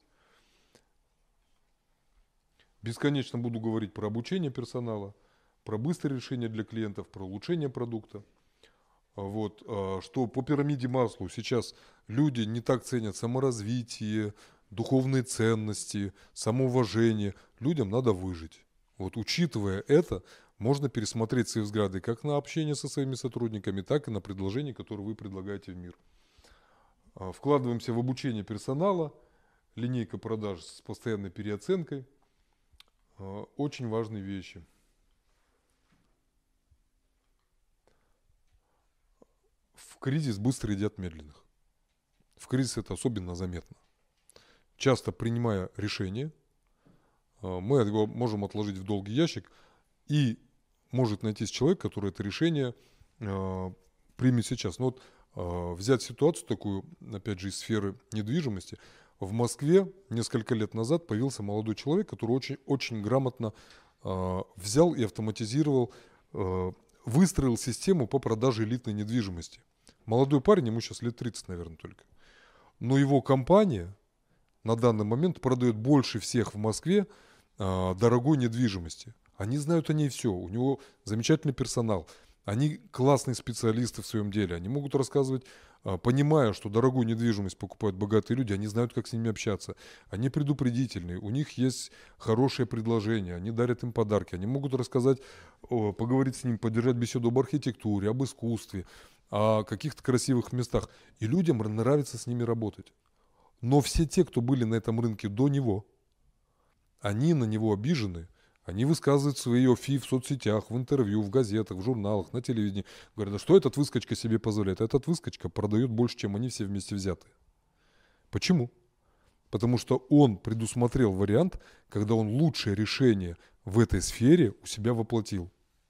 Бесконечно буду говорить про обучение персонала, про быстрое решение для клиентов, про улучшение продукта. Вот, что по пирамиде Маслоу сейчас люди не так ценят саморазвитие, духовные ценности, самоуважение. Людям надо выжить. Вот, учитывая это, можно пересмотреть свои взгляды как на общение со своими сотрудниками, так и на предложения, которые вы предлагаете в мир. Вкладываемся в обучение персонала, линейка продаж с постоянной переоценкой. Очень важные вещи. В кризис быстро едят медленных. В кризис это особенно заметно. Часто принимая решение, мы его можем отложить в долгий ящик, и может найтись человек, который это решение примет сейчас. Но вот взять ситуацию такую, опять же, из сферы недвижимости. В Москве несколько лет назад появился молодой человек, который очень грамотно взял и автоматизировал, выстроил систему по продаже элитной недвижимости. Молодой парень, ему сейчас лет 30, наверное, только. Но его компания на данный момент продает больше всех в Москве дорогой недвижимости. Они знают о ней все, у него замечательный персонал. Они классные специалисты в своем деле, они могут рассказывать, понимая, что дорогую недвижимость покупают богатые люди, они знают, как с ними общаться, они предупредительные, у них есть хорошее предложение, они дарят им подарки, они могут рассказать, поговорить с ним, поддержать беседу об архитектуре, об искусстве, о каких-то красивых местах, и людям нравится с ними работать. Но все те, кто были на этом рынке до него, они на него обижены. Они высказывают свои офи в соцсетях, в интервью, в газетах, в журналах, на телевидении. Говорят: да что этот выскочка себе позволяет? Этот выскочка продает больше, чем они все вместе взятые. Почему? Потому что он предусмотрел вариант, когда он лучшее решение в этой сфере у себя воплотил.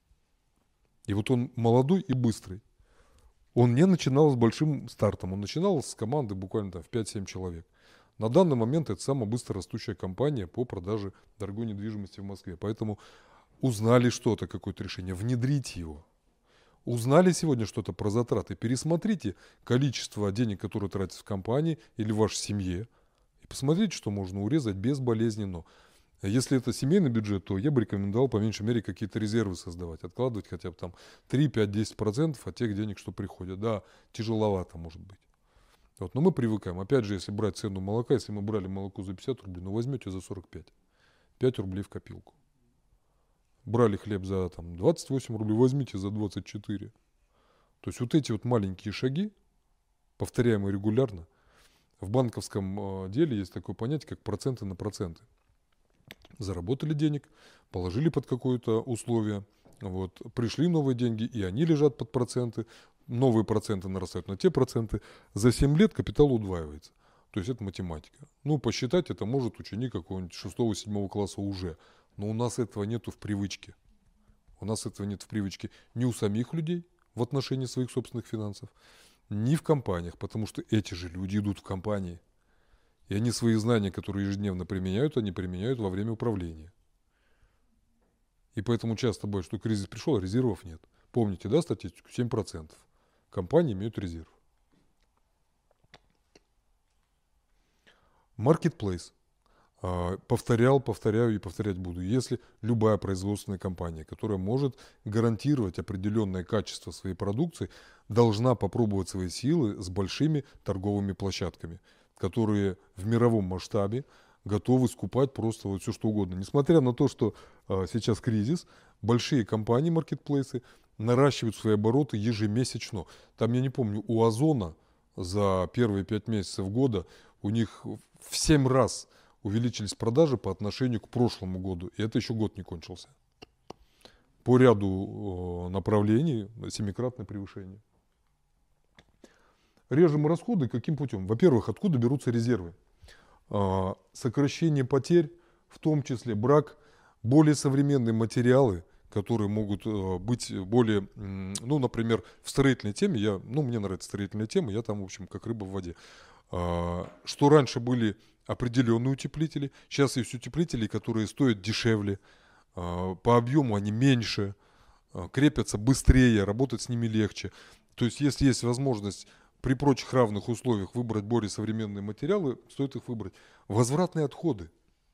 И вот он молодой и быстрый. Он не начинал с большим стартом, он начинал с команды буквально там в 5-7 человек. На данный момент это самая быстро растущая компания по продаже дорогой недвижимости в Москве. Поэтому узнали что-то, какое-то решение, внедрите его. Узнали сегодня что-то про затраты, пересмотрите количество денег, которые тратятся в компании или в вашей семье, и посмотрите, что можно урезать безболезненно. Если это семейный бюджет, то я бы рекомендовал по меньшей мере какие-то резервы создавать, откладывать хотя бы там 3, 5, 10% от тех денег, что приходят. Да, тяжеловато может быть. Вот, но мы привыкаем. Опять же, если брать цену молока, если мы брали молоко за 50 рублей, ну возьмете за 45. 5 рублей в копилку. Брали хлеб за там, 28 рублей, возьмите за 24. То есть вот эти вот маленькие шаги, повторяемые регулярно, в банковском деле есть такое понятие, как проценты на проценты. Заработали денег, положили под какое-то условие, вот, пришли новые деньги, и они лежат под проценты, новые проценты нарастают на те проценты, за 7 лет капитал удваивается. То есть это математика. Ну, посчитать это может ученик какого-нибудь 6-7 класса уже, но у нас этого нету в привычке. У нас этого нет в привычке ни у самих людей в отношении своих собственных финансов, ни в компаниях, потому что эти же люди идут в компании. И они свои знания, которые ежедневно применяют, они применяют во время управления. И поэтому часто бывает, что кризис пришел, а резервов нет. Помните, да, статистику? 7% компаний имеют резерв. Marketplace. Повторяю и повторять буду. Если любая производственная компания, которая может гарантировать определенное качество своей продукции, должна попробовать свои силы с большими торговыми площадками, которые в мировом масштабе готовы скупать просто вот все что угодно. Несмотря на то, что сейчас кризис, большие компании, маркетплейсы наращивают свои обороты ежемесячно. Там, я не помню, у Озона за первые 5 месяцев года у них в 7 раз увеличились продажи по отношению к прошлому году. И это еще год не кончился. По ряду направлений 7-кратное превышение. Режем расходы каким путем? Во-первых, откуда берутся резервы? Сокращение потерь, в том числе брак, более современные материалы, которые могут быть более, ну, например, в строительной теме, мне нравится строительная тема, я там, в общем, как рыба в воде. Что раньше были определенные утеплители, сейчас есть утеплители, которые стоят дешевле, по объему они меньше, крепятся быстрее, работать с ними легче. То есть, если есть возможность при прочих равных условиях выбрать более современные материалы, стоит их выбрать. Возвратные отходы.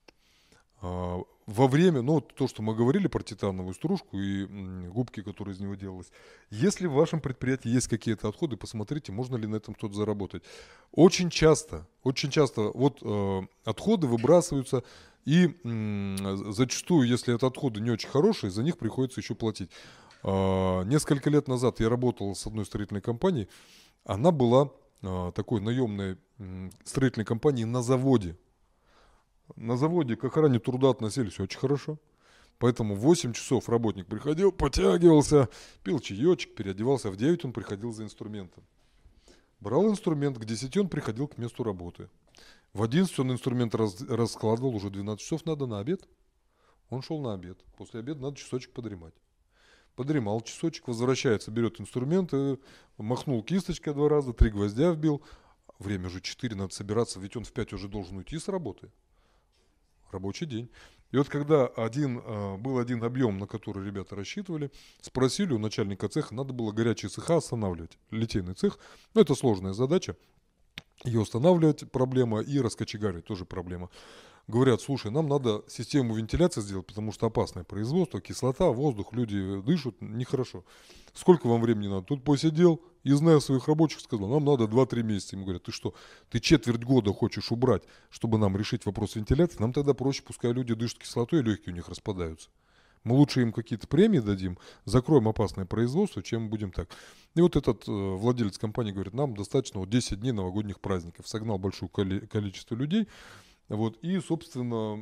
Во время, ну, то, что мы говорили про титановую стружку и губки, которые из него делалось. Если в вашем предприятии есть какие-то отходы, посмотрите, можно ли на этом кто-то заработать. Очень часто вот отходы выбрасываются, и зачастую, если это отходы не очень хорошие, за них приходится еще платить. Несколько лет назад я работал с одной строительной компанией. Она была такой наемной строительной компанией на заводе. На заводе к охране труда относились очень хорошо. Поэтому в 8 часов работник приходил, потягивался, пил чаечек, переодевался. В 9 он приходил за инструментом. Брал инструмент, к 10 он приходил к месту работы. В 11 он инструмент раскладывал, уже 12 часов надо на обед. Он шел на обед. После обеда надо часочек подремать. Подремал часочек, возвращается, берет инструменты, махнул кисточкой 2 раза, 3 гвоздя вбил. Время уже 4, надо собираться, ведь он в 5 уже должен уйти с работы. Рабочий день. И вот когда был один объем, на который ребята рассчитывали, спросили у начальника цеха, надо было горячие цеха останавливать. Литейный цех, ну это сложная задача. Ее останавливать проблема и раскочегаривать тоже проблема. Говорят, слушай, нам надо систему вентиляции сделать, потому что опасное производство, кислота, воздух, люди дышат, нехорошо. Сколько вам времени надо? Тут посидел и, зная своих рабочих, сказал, нам надо 2-3 месяца. Ему говорят, ты что, ты четверть года хочешь убрать, чтобы нам решить вопрос вентиляции? Нам тогда проще, пускай люди дышат кислотой, и легкие у них распадаются. Мы лучше им какие-то премии дадим, закроем опасное производство, чем будем так. И вот этот владелец компании говорит, нам достаточно 10 дней новогодних праздников. Согнал большое количество людей. Вот, и, собственно,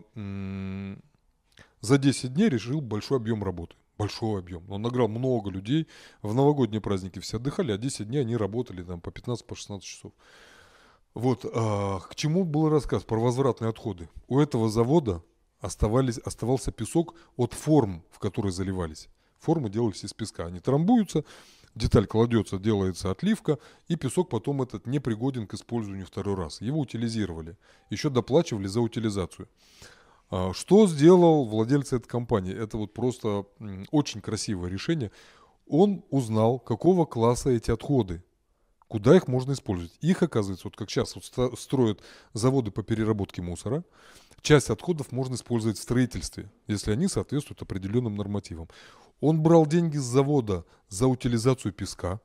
за 10 дней решил большой объем работы. Большой объем. Он награл много людей. В новогодние праздники все отдыхали, а 10 дней они работали там, по 15-16 часов. Вот, к чему был рассказ про возвратные отходы. У этого завода оставался песок от форм, в которые заливались. Формы делались из песка. Они трамбуются, деталь кладется, делается отливка, и песок потом этот не пригоден к использованию второй раз. Его утилизировали. Еще доплачивали за утилизацию. Что сделал владелец этой компании? Это вот просто очень красивое решение. Он узнал, какого класса эти отходы, куда их можно использовать. Их, оказывается, вот как сейчас вот строят заводы по переработке мусора, часть отходов можно использовать в строительстве, если они соответствуют определенным нормативам. Он брал деньги с завода за утилизацию песка.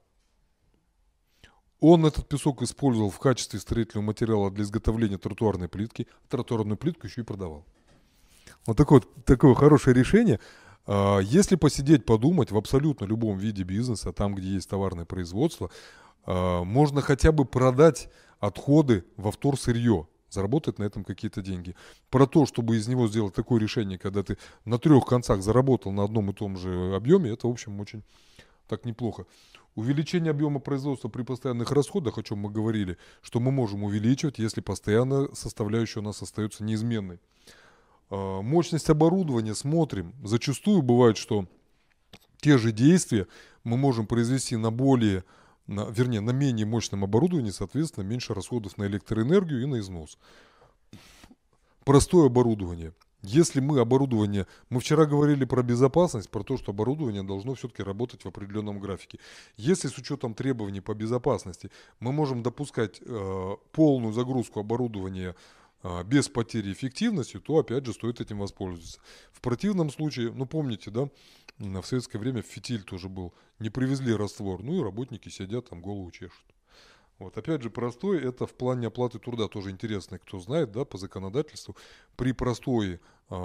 Он этот песок использовал в качестве строительного материала для изготовления тротуарной плитки. Тротуарную плитку еще и продавал. Вот такое хорошее решение. Если посидеть, подумать, в абсолютно любом виде бизнеса, там, где есть товарное производство, можно хотя бы продать отходы во вторсырье, заработать на этом какие-то деньги. Про то, чтобы из него сделать такое решение, когда ты на 3 концах заработал на одном и том же объеме, это, в общем, очень так неплохо. Увеличение объема производства при постоянных расходах, о чем мы говорили, что мы можем увеличивать, если постоянно составляющая у нас остается неизменной. Мощность оборудования смотрим. Зачастую бывает, что те же действия мы можем произвести на менее мощном оборудовании, соответственно, меньше расходов на электроэнергию и на износ. Простое оборудование. Если мы вчера говорили про безопасность, про то, что оборудование должно все-таки работать в определенном графике. Если с учетом требований по безопасности мы можем допускать полную загрузку оборудования без потери эффективности, то опять же стоит этим воспользоваться. В противном случае, помните, да, в советское время фитиль тоже был, не привезли раствор, и работники сидят там голову чешут. Вот, опять же, простой, это в плане оплаты труда тоже интересно, кто знает, да, по законодательству, при простой,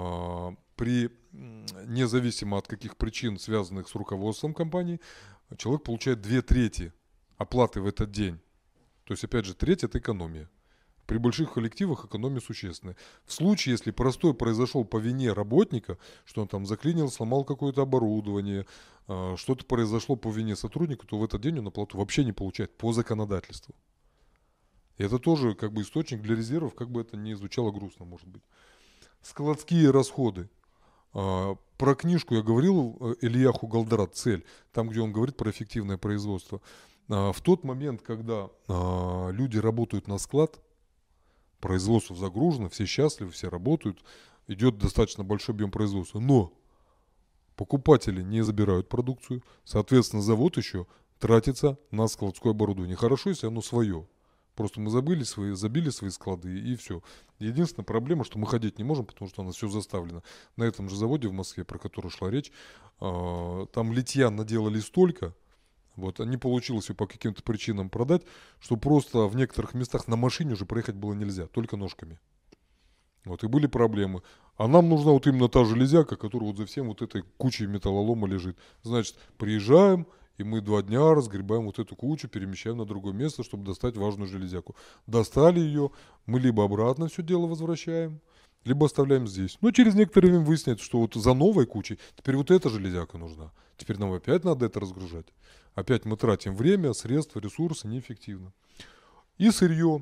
независимо от каких причин, связанных с руководством компании, человек получает 2/3 оплаты в этот день. То есть, опять же, треть – это экономия. При больших коллективах экономия существенная. В случае, если простой произошел по вине работника, что он там заклинил, сломал какое-то оборудование, что-то произошло по вине сотрудника, то в этот день он оплату вообще не получает по законодательству. И это тоже как бы источник для резервов, как бы это ни звучало грустно, может быть. Складские расходы. Про книжку я говорил, Ильяху Галдарат «Цель», там, где он говорит про эффективное производство. В тот момент, когда люди работают на склад, производство загружено, все счастливы, все работают, идет достаточно большой объем производства. Но покупатели не забирают продукцию, соответственно, завод еще тратится на складское оборудование. Хорошо, если оно свое. Просто мы забили забили свои склады и все. Единственная проблема, что мы ходить не можем, потому что у нас все заставлено. На этом же заводе в Москве, про который шла речь, там литья наделали столько, вот, не получилось ее по каким-то причинам продать, что просто в некоторых местах на машине уже проехать было нельзя, только ножками. Вот, и были проблемы. А нам нужна вот именно та железяка, которая вот за всем вот этой кучей металлолома лежит. Значит, приезжаем, и мы 2 дня разгребаем вот эту кучу, перемещаем на другое место, чтобы достать важную железяку. Достали ее, мы либо обратно все дело возвращаем, либо оставляем здесь. Но через некоторое время выясняется, что вот за новой кучей теперь вот эта железяка нужна. Теперь нам опять надо это разгружать. Опять мы тратим время, средства, ресурсы неэффективно. И сырье.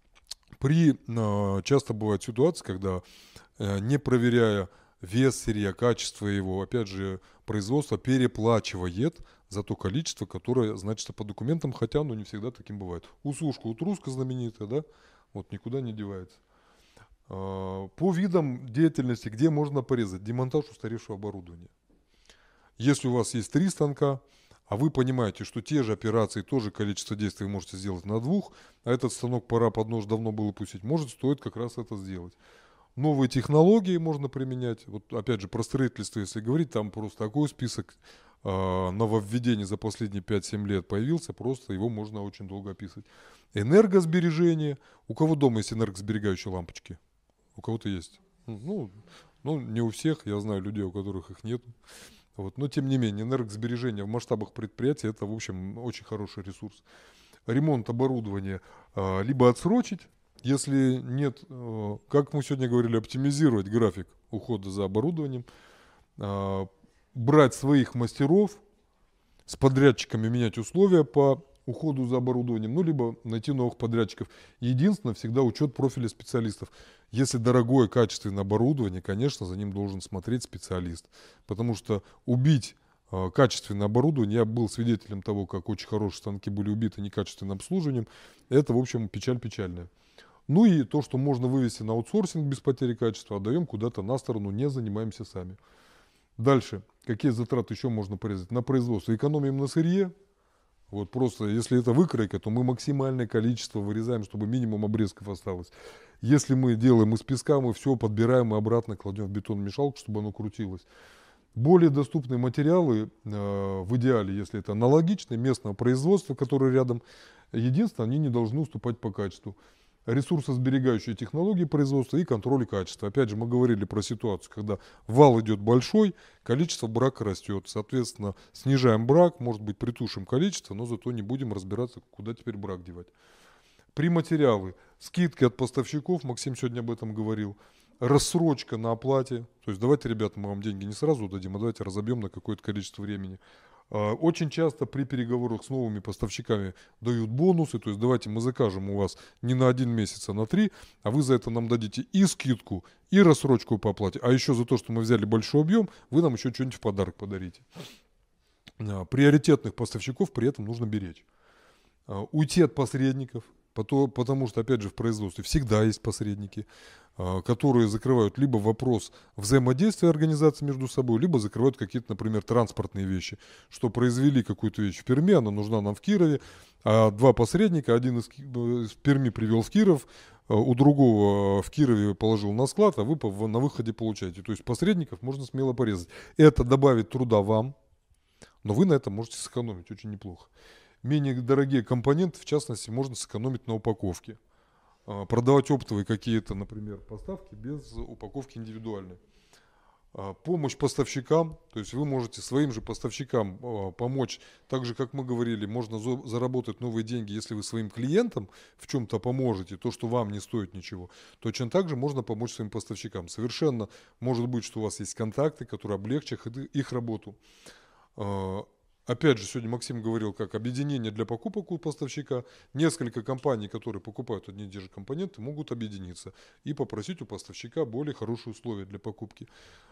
Часто бывают ситуации, когда, не проверяя вес сырья, качество его, опять же, производство переплачивает за то количество, которое значится по документам, хотя оно не всегда таким бывает. Усушка утруска знаменитая, да, вот никуда не девается. По видам деятельности, где можно порезать? Демонтаж устаревшего оборудования. Если у вас есть 3 станка, а вы понимаете, что те же операции, тоже количество действий вы можете сделать на 2, а этот станок пора под нож давно было пустить, может, стоит как раз это сделать. Новые технологии можно применять. Вот опять же, про строительство, если говорить, там просто такой список нововведений за последние 5-7 лет появился, просто его можно очень долго описывать. Энергосбережение. У кого дома есть энергосберегающие лампочки? У кого-то есть. Ну, не у всех, я знаю людей, у которых их нет. Вот. Но тем не менее, энергосбережение в масштабах предприятия – это, в общем, очень хороший ресурс. Ремонт оборудования либо отсрочить, если нет, как мы сегодня говорили, оптимизировать график ухода за оборудованием, брать своих мастеров, с подрядчиками менять условия по уходу за оборудованием, ну, либо найти новых подрядчиков. Единственное, всегда учет профиля специалистов. Если дорогое, качественное оборудование, конечно, за ним должен смотреть специалист. Потому что убить качественное оборудование, я был свидетелем того, как очень хорошие станки были убиты некачественным обслуживанием, это, в общем, печаль печальная. Ну и то, что можно вывести на аутсорсинг без потери качества, отдаем куда-то на сторону, не занимаемся сами. Дальше, какие затраты еще можно порезать? На производство. Экономим на сырье. Вот просто, если это выкройка, то мы максимальное количество вырезаем, чтобы минимум обрезков осталось. Если мы делаем из песка, мы все подбираем и обратно кладем в бетономешалку, чтобы оно крутилось. Более доступные материалы, в идеале, если это аналогичные, местного производства, которые рядом, единственное, они не должны уступать по качеству. Ресурсосберегающие технологии производства и контроль качества. Опять же, мы говорили про ситуацию, когда вал идет большой, количество брака растет. Соответственно, снижаем брак, может быть, притушим количество, но зато не будем разбираться, куда теперь брак девать. При материалы, скидки от поставщиков, Максим сегодня об этом говорил, рассрочка на оплате. То есть давайте, ребята, мы вам деньги не сразу дадим, а давайте разобьем на какое-то количество времени. Очень часто при переговорах с новыми поставщиками дают бонусы, то есть давайте мы закажем у вас не на 1 месяц, а на 3, а вы за это нам дадите и скидку, и рассрочку по оплате, а еще за то, что мы взяли большой объем, вы нам еще что-нибудь в подарок подарите. Приоритетных поставщиков при этом нужно беречь. Уйти от посредников, потому что, опять же, в производстве всегда есть посредники, которые закрывают либо вопрос взаимодействия организаций между собой, либо закрывают какие-то, например, транспортные вещи, что произвели какую-то вещь в Перми, она нужна нам в Кирове, а 2 посредника, один из Перми привел в Киров, у другого в Кирове положил на склад, а вы на выходе получаете. То есть посредников можно смело порезать. Это добавит труда вам, но вы на этом можете сэкономить очень неплохо. Менее дорогие компоненты, в частности, можно сэкономить на упаковке. Продавать оптовые какие-то, например, поставки без упаковки индивидуальной. Помощь поставщикам, то есть вы можете своим же поставщикам помочь, так же, как мы говорили, можно заработать новые деньги, если вы своим клиентам в чем-то поможете, то, что вам не стоит ничего. Точно так же можно помочь своим поставщикам. Совершенно может быть, что у вас есть контакты, которые облегчат их работу. Опять же, сегодня Максим говорил, как объединение для покупок у поставщика. Несколько компаний, которые покупают одни и те же компоненты, могут объединиться и попросить у поставщика более хорошие условия для покупки.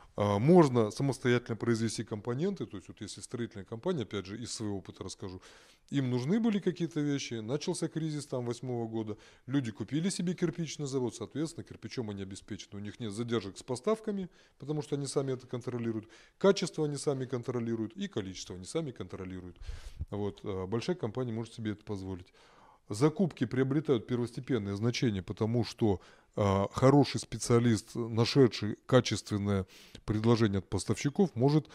Можно самостоятельно произвести компоненты, то есть вот если строительная компания, опять же, из своего опыта расскажу, им нужны были какие-то вещи, начался кризис там 2008 года, люди купили себе кирпичный завод, соответственно, кирпичом они обеспечены, у них нет задержек с поставками, потому что они сами это контролируют, качество они сами контролируют и количество они сами контролируют. Вот, большая компания может себе это позволить. Закупки приобретают первостепенное значение, потому что хороший специалист, нашедший качественное предложение от поставщиков, может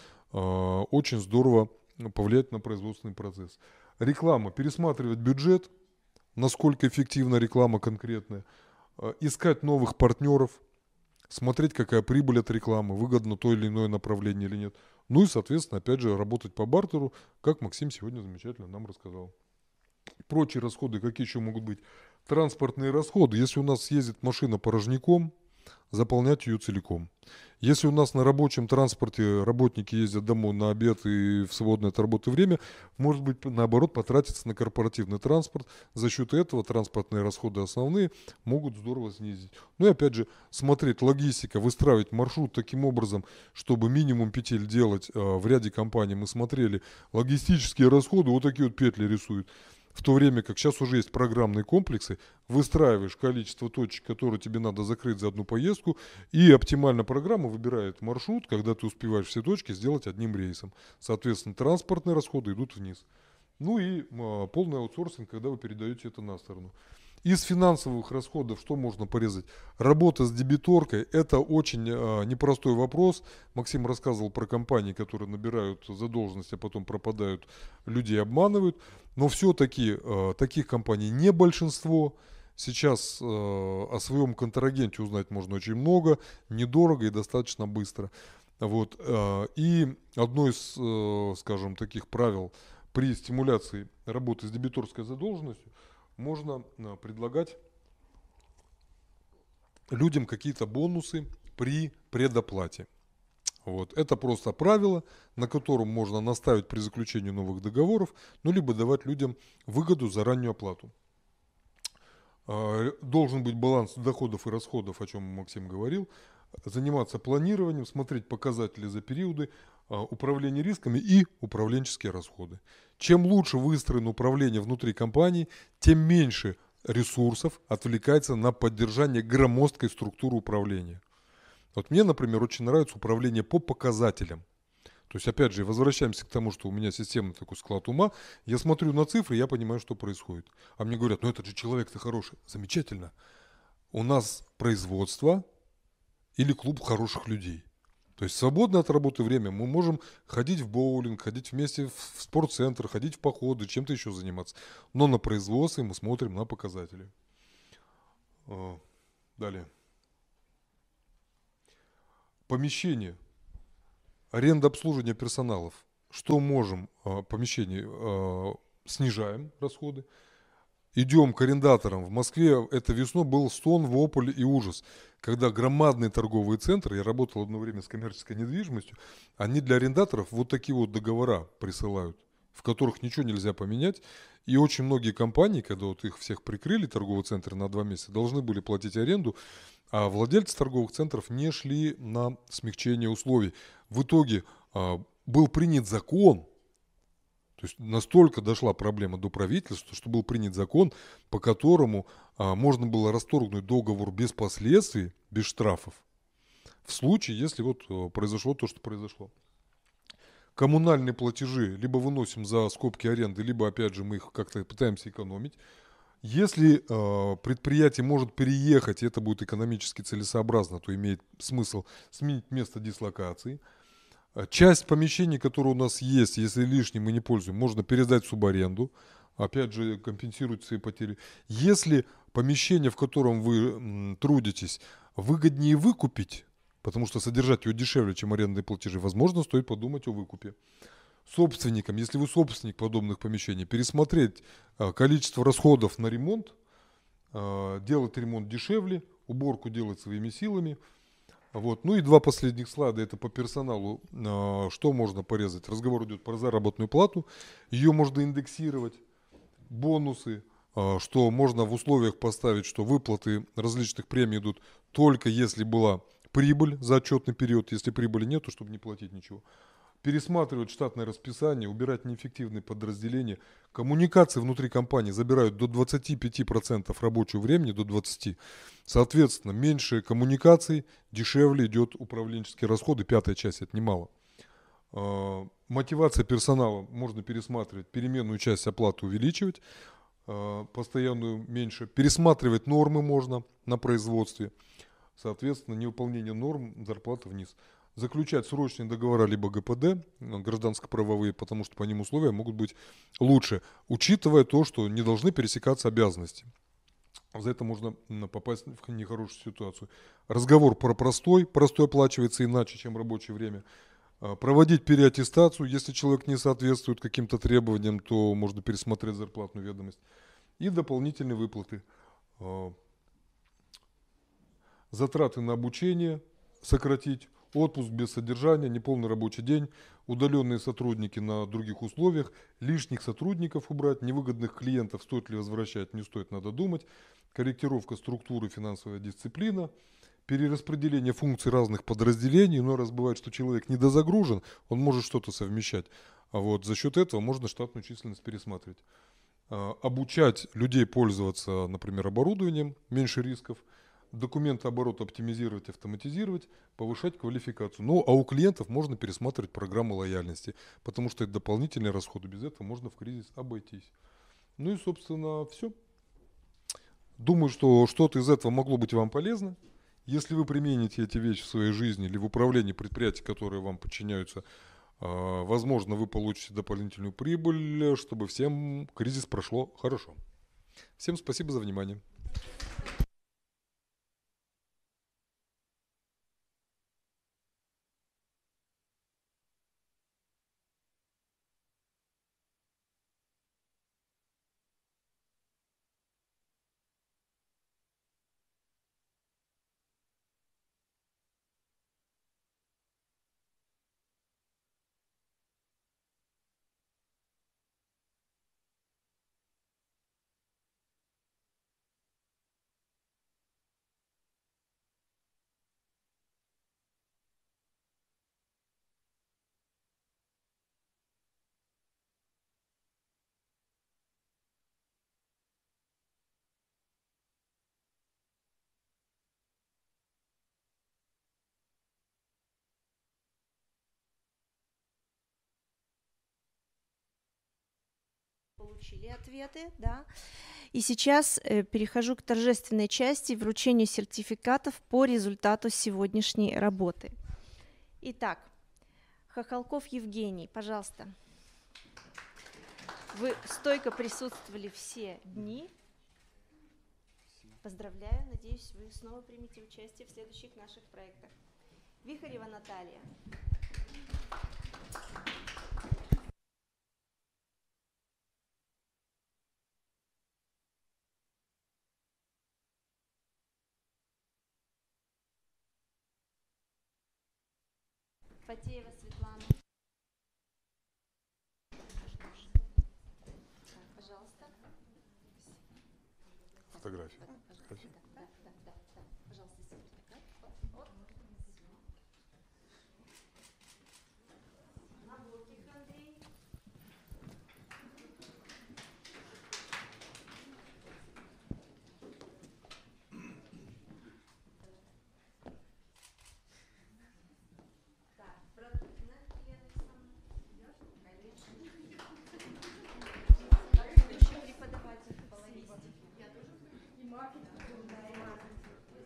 очень здорово повлиять на производственный процесс. Реклама. Пересматривать бюджет, насколько эффективна реклама конкретная. Искать новых партнеров, смотреть, какая прибыль от рекламы, выгодно то или иное направление или нет. Ну и, соответственно, опять же, работать по бартеру, как Максим сегодня замечательно нам рассказал. Прочие расходы, какие еще могут быть? Транспортные расходы. Если у нас ездит машина порожняком, заполнять ее целиком. Если у нас на рабочем транспорте работники ездят домой на обед и в свободное от работы время, может быть, наоборот, потратиться на корпоративный транспорт. За счет этого транспортные расходы основные могут здорово снизить. Ну и опять же, смотреть логистика, выстраивать маршрут таким образом, чтобы минимум петель делать в ряде компаний. Мы смотрели логистические расходы, вот такие вот петли рисуют. В то время как сейчас уже есть программные комплексы, выстраиваешь количество точек, которые тебе надо закрыть за одну поездку, и оптимально программа выбирает маршрут, когда ты успеваешь все точки сделать одним рейсом. Соответственно, транспортные расходы идут вниз. Ну и полный аутсорсинг, когда вы передаете это на сторону. Из финансовых расходов что можно порезать? Работа с дебиторкой – это очень непростой вопрос. Максим рассказывал про компании, которые набирают задолженность, а потом пропадают, людей обманывают. Но все-таки таких компаний не большинство. Сейчас о своем контрагенте узнать можно очень много, недорого и достаточно быстро. Вот. И одно из, скажем, таких правил при стимуляции работы с дебиторской задолженностью – можно предлагать людям какие-то бонусы при предоплате. Вот. Это просто правило, на котором можно наставить при заключении новых договоров, ну, либо давать людям выгоду за раннюю оплату. Должен быть баланс доходов и расходов, о чем Максим говорил, заниматься планированием, смотреть показатели за периоды, управление рисками и управленческие расходы. Чем лучше выстроено управление внутри компании, тем меньше ресурсов отвлекается на поддержание громоздкой структуры управления. Вот мне, например, очень нравится управление по показателям. То есть, опять же, возвращаемся к тому, что у меня системный такой склад ума. Я смотрю на цифры, я понимаю, что происходит. А мне говорят, ну этот же человек-то хороший. Замечательно. У нас производство или клуб хороших людей. То есть свободное от работы время мы можем ходить в боулинг, ходить вместе в спортцентр, ходить в походы, чем-то еще заниматься. Но на производстве мы смотрим на показатели. Далее. Помещение. Аренда обслуживания персоналов. Что можем? Помещение снижаем расходы. Идем к арендаторам. В Москве это весной был стон, вопль и ужас. Когда громадные торговые центры, я работал одно время с коммерческой недвижимостью, они для арендаторов вот такие вот договора присылают, в которых ничего нельзя поменять. И очень многие компании, когда вот их всех прикрыли, торговые центры, на 2 месяца, должны были платить аренду, а владельцы торговых центров не шли на смягчение условий. В итоге был принят закон. То есть настолько дошла проблема до правительства, что был принят закон, по которому можно было расторгнуть договор без последствий, без штрафов, в случае, если вот произошло то, что произошло. Коммунальные платежи либо выносим за скобки аренды, либо, опять же, мы их как-то пытаемся экономить. Если предприятие может переехать, и это будет экономически целесообразно, то имеет смысл сменить место дислокации. Часть помещений, которые у нас есть, если лишние мы не пользуем, можно передать в субаренду. опять же, компенсирует свои потери. Если помещение, в котором вы трудитесь, выгоднее выкупить, потому что содержать его дешевле, чем арендные платежи, возможно, стоит подумать о выкупе. Собственникам, если вы собственник подобных помещений, пересмотреть количество расходов на ремонт, делать ремонт дешевле, уборку делать своими силами. Вот. Ну и два последних слайда, это по персоналу, что можно порезать. Разговор идет про заработную плату, ее можно индексировать, бонусы, что можно в условиях поставить, что выплаты различных премий идут только если была прибыль за отчетный период, если прибыли нет, то чтобы не платить ничего. Пересматривать штатное расписание, убирать неэффективные подразделения. Коммуникации внутри компании забирают до 25% рабочего времени, до 20%. Соответственно, меньше коммуникаций, дешевле идет управленческие расходы. Пятая часть, это немало. Мотивация персонала можно пересматривать, переменную часть оплаты увеличивать, постоянную меньше. Пересматривать нормы можно на производстве. Соответственно, невыполнение норм, зарплата вниз. Заключать срочные договора либо ГПД, гражданско-правовые, потому что по ним условия могут быть лучше, учитывая то, что не должны пересекаться обязанности. За это можно попасть в нехорошую ситуацию. Разговор про простой оплачивается иначе, чем рабочее время. Проводить переаттестацию, если человек не соответствует каким-то требованиям, то можно пересмотреть зарплатную ведомость. И дополнительные выплаты. Затраты на обучение сократить. Отпуск без содержания, неполный рабочий день, удаленные сотрудники на других условиях, лишних сотрудников убрать, невыгодных клиентов стоит ли возвращать, не стоит, надо думать, корректировка структуры, финансовая дисциплина, перераспределение функций разных подразделений, но раз бывает, что человек недозагружен, он может что-то совмещать, а вот за счет этого можно штатную численность пересматривать. Обучать людей пользоваться, например, оборудованием, меньше рисков, документооборот оптимизировать, автоматизировать, повышать квалификацию. Ну, а у клиентов можно пересматривать программу лояльности, потому что это дополнительные расходы. Без этого можно в кризис обойтись. Ну и, собственно, все. Думаю, что что-то из этого могло быть вам полезно. Если вы примените эти вещи в своей жизни или в управлении предприятий, которые вам подчиняются, возможно, вы получите дополнительную прибыль, чтобы всем кризис прошло хорошо. Всем спасибо за внимание. Получили ответы, да. И сейчас перехожу к торжественной части вручения сертификатов по результату сегодняшней работы. Итак, Хохолков Евгений, пожалуйста. Вы стойко присутствовали все дни. Поздравляю, надеюсь, вы снова примете участие в следующих наших проектах. Вихарева Наталья. Фатеева Светлана. Пожалуйста. Фотография. Да. Пожалуйста, сертификат. Набоких Андрей. Преподаватель половистики. Я тоже. И маркетинг.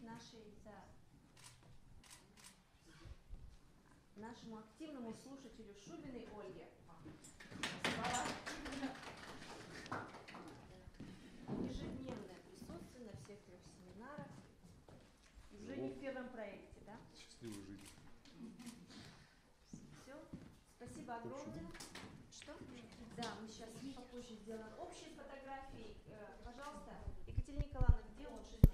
нашему активному слушателю Шубиной Ольге. Слова. Ежедневное присутствие на всех 3 семинарах. Уже не в первом проекте, да? Счастливой жизни. Все. Спасибо огромное. Что? Да, мы сейчас попозже сделаем общие фотографии. Пожалуйста, Екатерина Николаевна, где лучше